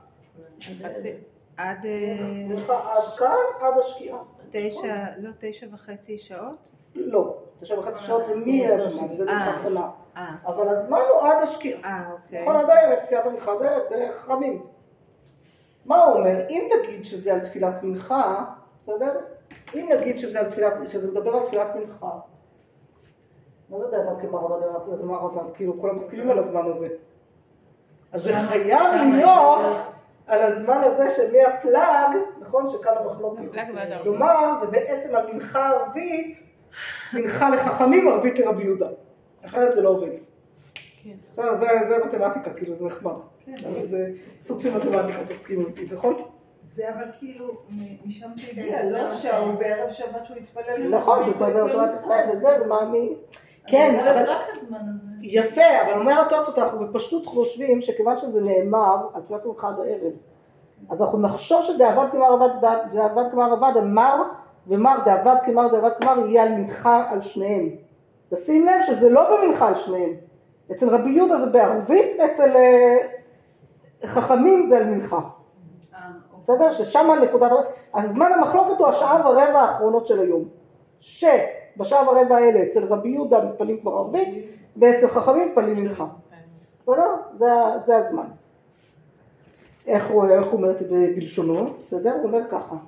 מנחה עד כאן, עד השקיעה. 9.5 שעות? לא, 9.5 שעות זה מהזמן, זה מנחה קטנה. אבל הזמן הוא עד השקיעה. נכון, עד הערב, תפילת המנחה עד הערב, זה חכמים. מה הוא אומר? אם תגיד שזה על תפילת מנחה, בסדר? אם נגיד שזה מדבר על תפילת מנחה, מה זה דאבת כמרבד, כאילו כולם מסכימים על הזמן הזה. אז זה חייב להיות על הזמן הזה של מהפלג, נכון, שכאן המחלוקת. כלומר, זה בעצם על מנחה ערבית, מנחה לחכמים ערבית לרבי יהודה. אחרת זה לא עובד. זה מתמטיקה, כאילו זה נחמד. זה סוג של מתמטיקה, תסכימו איתי, נכון? זה אבל כאילו, משם זה הגיע, לא שהוא בערב שבת שהוא התפלל. נכון, שהוא התפלל בערב שבת התפלל, וזה, ומאמי... כן, אבל... רק הזמן הזה. יפה, אבל אומר התוספות, אנחנו בפשטות חושבים שכיוון שזה נאמר על תפילת המנחה עד הערב, אז אנחנו נחשוב שדאבד כמר עבד אמר, ומר דאבד כמר יהיה על מנחה על שניהם. תשים לב שזה לא במנחה על שניהם. אצל רבי יהודה זה בערבית, ואצל חכמים זה על מנחה. בסדר? ששם הנקודת... אז זמן המחלוקת הוא השעה ורבע האחרונות של היום. שבשעה ורבע האלה אצל רבי יהודה מתפלים כבר ערבית, ואצל חכמים מתפלים מנחה. בסדר? זה הזמן. איך הוא אומר את זה בלשונו? בסדר? הוא אומר ככה.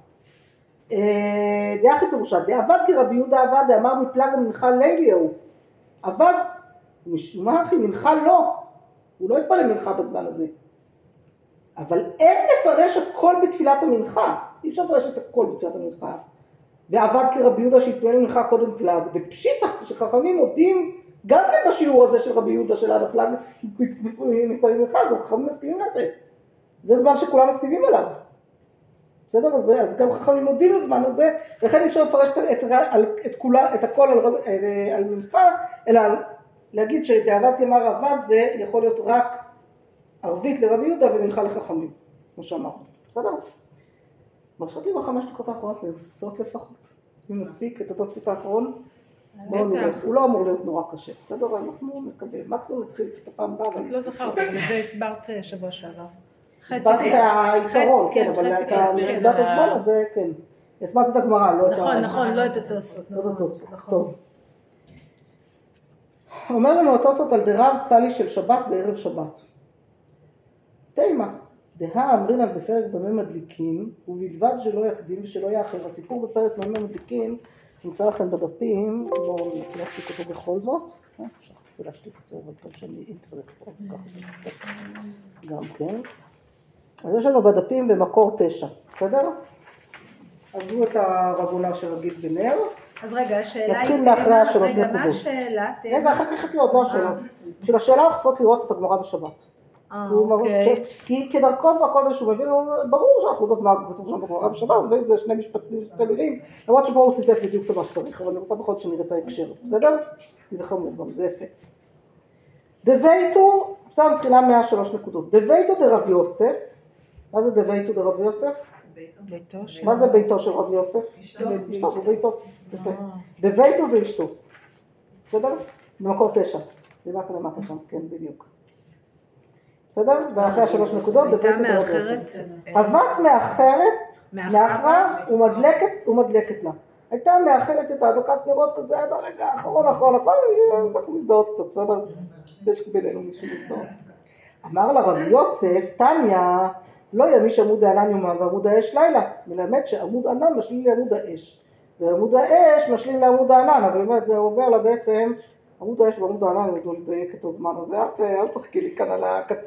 דאחי פירושה, דאבד כרבי יהודה עבד, דאמר מפלג המנחה לילי הוא. עבד, מה אחי? מנחה לא. הוא לא התפלל מנחה בזמן הזה. אבל אין לפרש הכל בתפילת המנחה. אי אפשר לפרש את הכל בתפילת המנחה. ועבד כרבי יהודה שהתפלל מנחה קודם פלג. ופשיטה שחכמים מודים גם כן בשיעור הזה של רבי יהודה של עד הפלג, מתפלל מנחה, גם חכמים מסכימים לזה. זה זמן שכולם מסכימים עליו. בסדר? אז גם חכמים מודים לזמן הזה, וכן אי אפשר לפרש את הכל על מנחה, אלא להגיד שדאבד כמר עבד זה יכול להיות רק ערבית לרבי יהודה ומנחה לחכמים, כמו שאמרנו. בסדר? מרשות לי בחמש דקות האחרונות לנסות לפחות, אם נספיק את התוספות האחרון, בואו נראה, הוא לא אמור להיות נורא קשה, בסדר? אנחנו מקווה, מקסימום נתחיל את הפעם הבאה. את לא זכרת, אבל את זה הסברת שבוע שעבר. הסברת את העיקרון, כן, אבל את נקודת הזמן הזה, כן. הסברת את הגמרא, לא את ה... נכון, לא את התוספות. לא את התוספות, טוב. אומר לנו התוספות על דרב צלי של שבת בערב שבת. תימה, דהה אמרינן בפרק במה מדליקין, ובלבד שלא יקדים ושלא יאחר. הסיפור בפרק במה מדליקין, נמצא לכם בדפים, בואו ננסה להספיק אותו בכל זאת. שכחתי להשליף את זה, אבל טוב שאני אינטרנט פה, אז ככה זה שותף. גם כן. אז יש לנו בדפים במקור 9, בסדר? עזבו את הרבונה שרגיל בנר. אז רגע, השאלה היא... נתחיל מאחרי השלוש נקודות. רגע, מה השאלה? רגע, אחר כך עוד לא השאלה. של השאלה אנחנו צריכות לראות את הגמרא בשבת. אוקיי. כי כדרכו בקודש הוא מבין, ברור שאנחנו יודעות מה כתוב שם בגמרא בשבת, וזה שני משפטים, שתי מילים, למרות שבו הוא ציטט בדיוק את מה שצריך, אבל אני רוצה בכל שנראה את ההקשר, בסדר? כי זה חמור גם, זה יפה. דבייתו, בסדר, מתחילה 103 נקודות. דבייתו דרב יוסף, מה זה דבייתו דרב יוסף? מה זה ביתו של רב יוסף? אשתו, זה ביתו. דבייתו זה אשתו. בסדר? במקור 9. למטה שם, כן, בדיוק. בסדר? ואחרי השלוש נקודות, דבייתו דרב יוסף. הבת מאחרת, מאחרה ומדלקת לה. הייתה מאחרת את ההדלקת נרות כזה עד הרגע האחרון, אנחנו מזדהות קצת, בסדר? יש בינינו מישהו מזדהות. אמר לה רב יוסף, תניה, לא ימיש עמוד הענן יומם ועמוד האש לילה, מלמד שעמוד ענן משלים לעמוד האש, ועמוד האש משלים לעמוד הענן, אבל באמת זה אומר לה בעצם, עמוד האש ועמוד הענן, אני לא לדייק את הזמן הזה, אל תשחקי לי כאן על הקצה,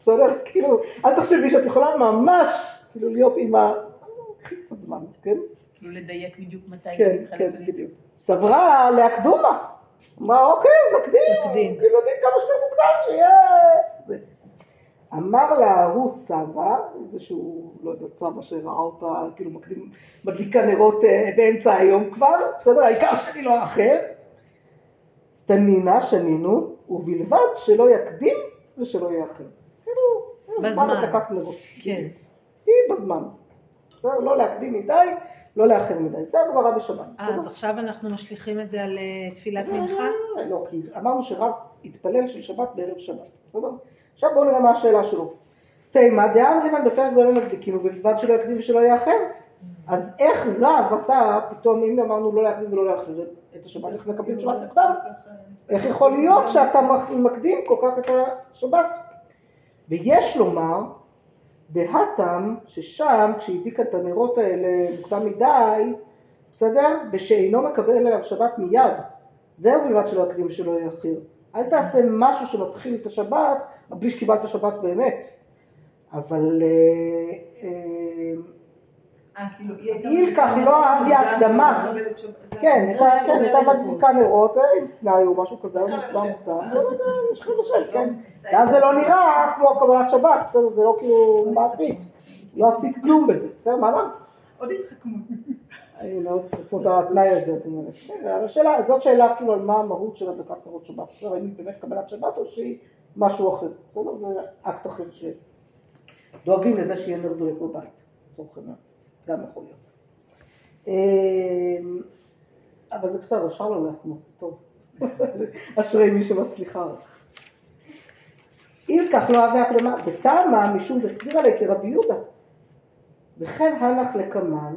בסדר? כאילו, אל תחשבי שאת יכולה ממש, כאילו, להיות עם קחי קצת זמן, כן? כאילו לדייק בדיוק מתי. כן, בדיוק. סברה להקדומה. אמרה, אוקיי, אז נקדים. כאילו, יודעים כמה שיותר מוקדם שיהיה... זה. אמר לה, הוא סבא, איזשהו, לא יודעת, סבא שראה אותה, כאילו, מדליקה נרות באמצע היום כבר, בסדר? העיקר שאני לא אחר. תנינה, שנינו, ובלבד שלא יקדים ושלא יהיה אחר. כאילו, בזמן הדלקת נרות. כן. היא בזמן. בסדר? לא להקדים מדי, לא לאחר מדי. זה הגמרא בשבת. אז עכשיו אנחנו משליכים את זה על תפילת מנחה? לא, כי אמרנו שרב התפלל של שבת בערב שבת. בסדר? עכשיו בואו נראה מה השאלה שלו. תימא דאמרינן בפרק בימים מדליקים, ובלבד שלא יקדים ושלא יהיה אחר. אז איך רב אתה, פתאום אם אמרנו לא להקדים ולא לאחר את השבת, איך מקבלים שבת מוקדם? איך יכול להיות שאתה מקדים כל כך את השבת? ויש לומר, דהתם ששם כשהדליק את הנרות האלה מוקדם מדי, בסדר? בשאינו מקבל עליו שבת מיד, זהו בלבד שלא יקדים ושלא יהיה אחר. אל תעשה משהו שמתחיל את השבת, בלי שקיבלת שבת באמת. אבל אילקח לא אהבי הקדמה. כן, הייתה מדליקה נרות, היו משהו כזה, מוקדם, משכים לשם, כן. ואז זה לא נראה כמו קבלת שבת, בסדר, זה לא כאילו מעשית. לא עשית כלום בזה, בסדר, מה אמרת? עוד התחכמו. לא התחכמו את התנאי הזה, את אומרת. זאת שאלה כאילו על מה המהות של הדלקת נרות שבת, בסדר, האם היא באמת קבלת שבת או שהיא משהו אחר, בסדר, זה אקט אחר שדואגים לזה שיהיה נר דולק בבית, לצורך העניין. גם יכול להיות. אבל זה בסדר, אפשר לא להקמות, זה טוב. אשרי מי שמצליחה. אילקח לא אהבי הקדמה, בתמה משום דסביר עלי כרבי יהודה. וכן הנח לקמן,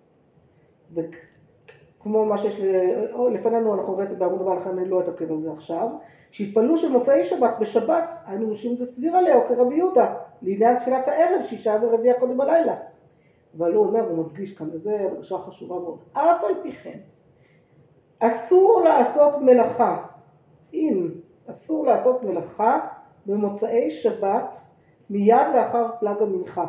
וכמו מה שיש לפנינו, אנחנו בעצם בעמוד הבא, לכן אני לא אתעכב על זה עכשיו, שהתפללו של מוצאי שבת בשבת, היינו משום דסביר עלי או כרבי יהודה, לעניין תפילת הערב, 6 ורביע קודם בלילה. אבל הוא אומר, הוא מדגיש כאן, וזו הדגשה חשובה מאוד, אף על פי כן, אסור לעשות מלאכה, אסור לעשות מלאכה במוצאי שבת, מיד לאחר פלג המנחה.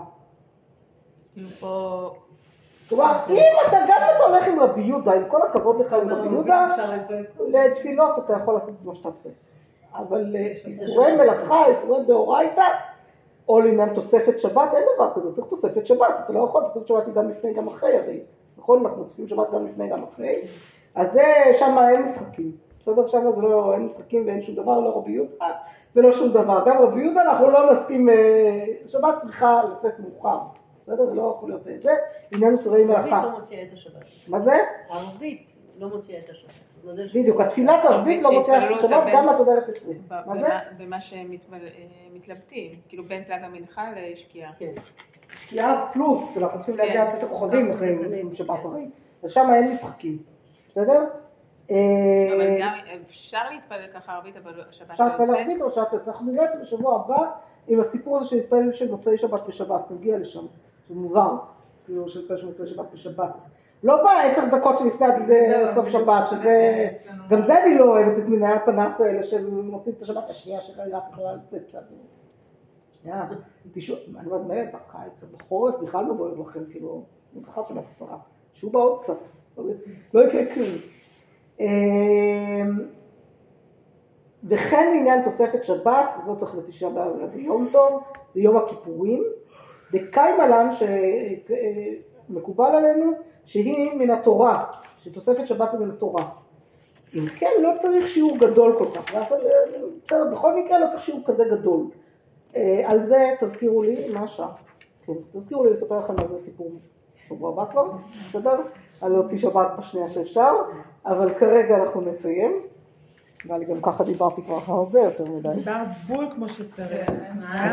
כלומר, אם אתה גם הולך עם רבי יהודה, עם כל הכבוד לך עם רבי יהודה, לתפילות אתה יכול לעשות מה שתעשה. אבל איסורי מלאכה, איסורי דאורייתא, או לעניין תוספת שבת, אין דבר כזה, צריך תוספת שבת, אתה לא יכול, תוספת שבת היא גם לפני גם אחרי, הרי, נכון, אנחנו מוסיפים שבת גם לפני גם אחרי, אז זה, שם אין משחקים, בסדר, שם זה לא, אין משחקים ואין שום דבר, לא רבי יהודה ולא שום דבר, גם רבי יהודה אנחנו לא נסכים, שבת צריכה לצאת מאוחר, בסדר, זה לא יכול להיות זה, עניין איסורי מלאכה. ערבית לא מוציאה את השבת. מה זה? ערבית לא מוציאה את השבת. בדיוק, התפילת ערבית לא מוציאה את השבת, גם את אומרת את זה. מה זה? במה שהם מתלבטים, כאילו בין פלג המנחה לשקיעה. כן. שקיעה פלוס, אנחנו צריכים להגיע לצאת הכוכבים עם שבת הרי, ושם אין משחקים, בסדר? אבל גם אפשר להתפלל ככה ערבית, אבל שבת אפשר להתפלל ערבית או שבת יוצא, אנחנו נראה את זה בשבוע הבא, עם הסיפור הזה של להתפלל של מוצאי שבת בשבת, נגיע לשם, זה מוזר, כאילו של להתפלל של מוצאי שבת בשבת. לא ב10 דקות שלפני סוף שבת, שזה, גם זה אני לא אוהבת את מנהי הפנס האלה שמוצאים את השבת השנייה שרק יכולה לצאת, בסדר. שנייה, אני אומרת, מלא, בקיץ, בחורף, בכלל לא בוער לכם, כאילו, אני ככה שבת קצרה, שהוא בא עוד קצת, לא יקרה כלום. וכן לעניין תוספת שבת, זאת צריך לתשעה באב ביום טוב, ביום הכיפורים, דקיימה לן שמקובל עלינו, שהיא מן התורה, שתוספת שבת זה מן התורה. אם כן, לא צריך שיעור גדול כל כך, בסדר, בכל מקרה לא צריך שיעור כזה גדול. על זה תזכירו לי, מה השעה? כן, תזכירו לי לספר לכם על זה סיפור שבוע הבא כבר, בסדר? על להוציא שבת בשנייה שאפשר, אבל כרגע אנחנו נסיים. ואני גם ככה דיברתי כבר הרבה יותר מדי. דיבר בול כמו שצריך.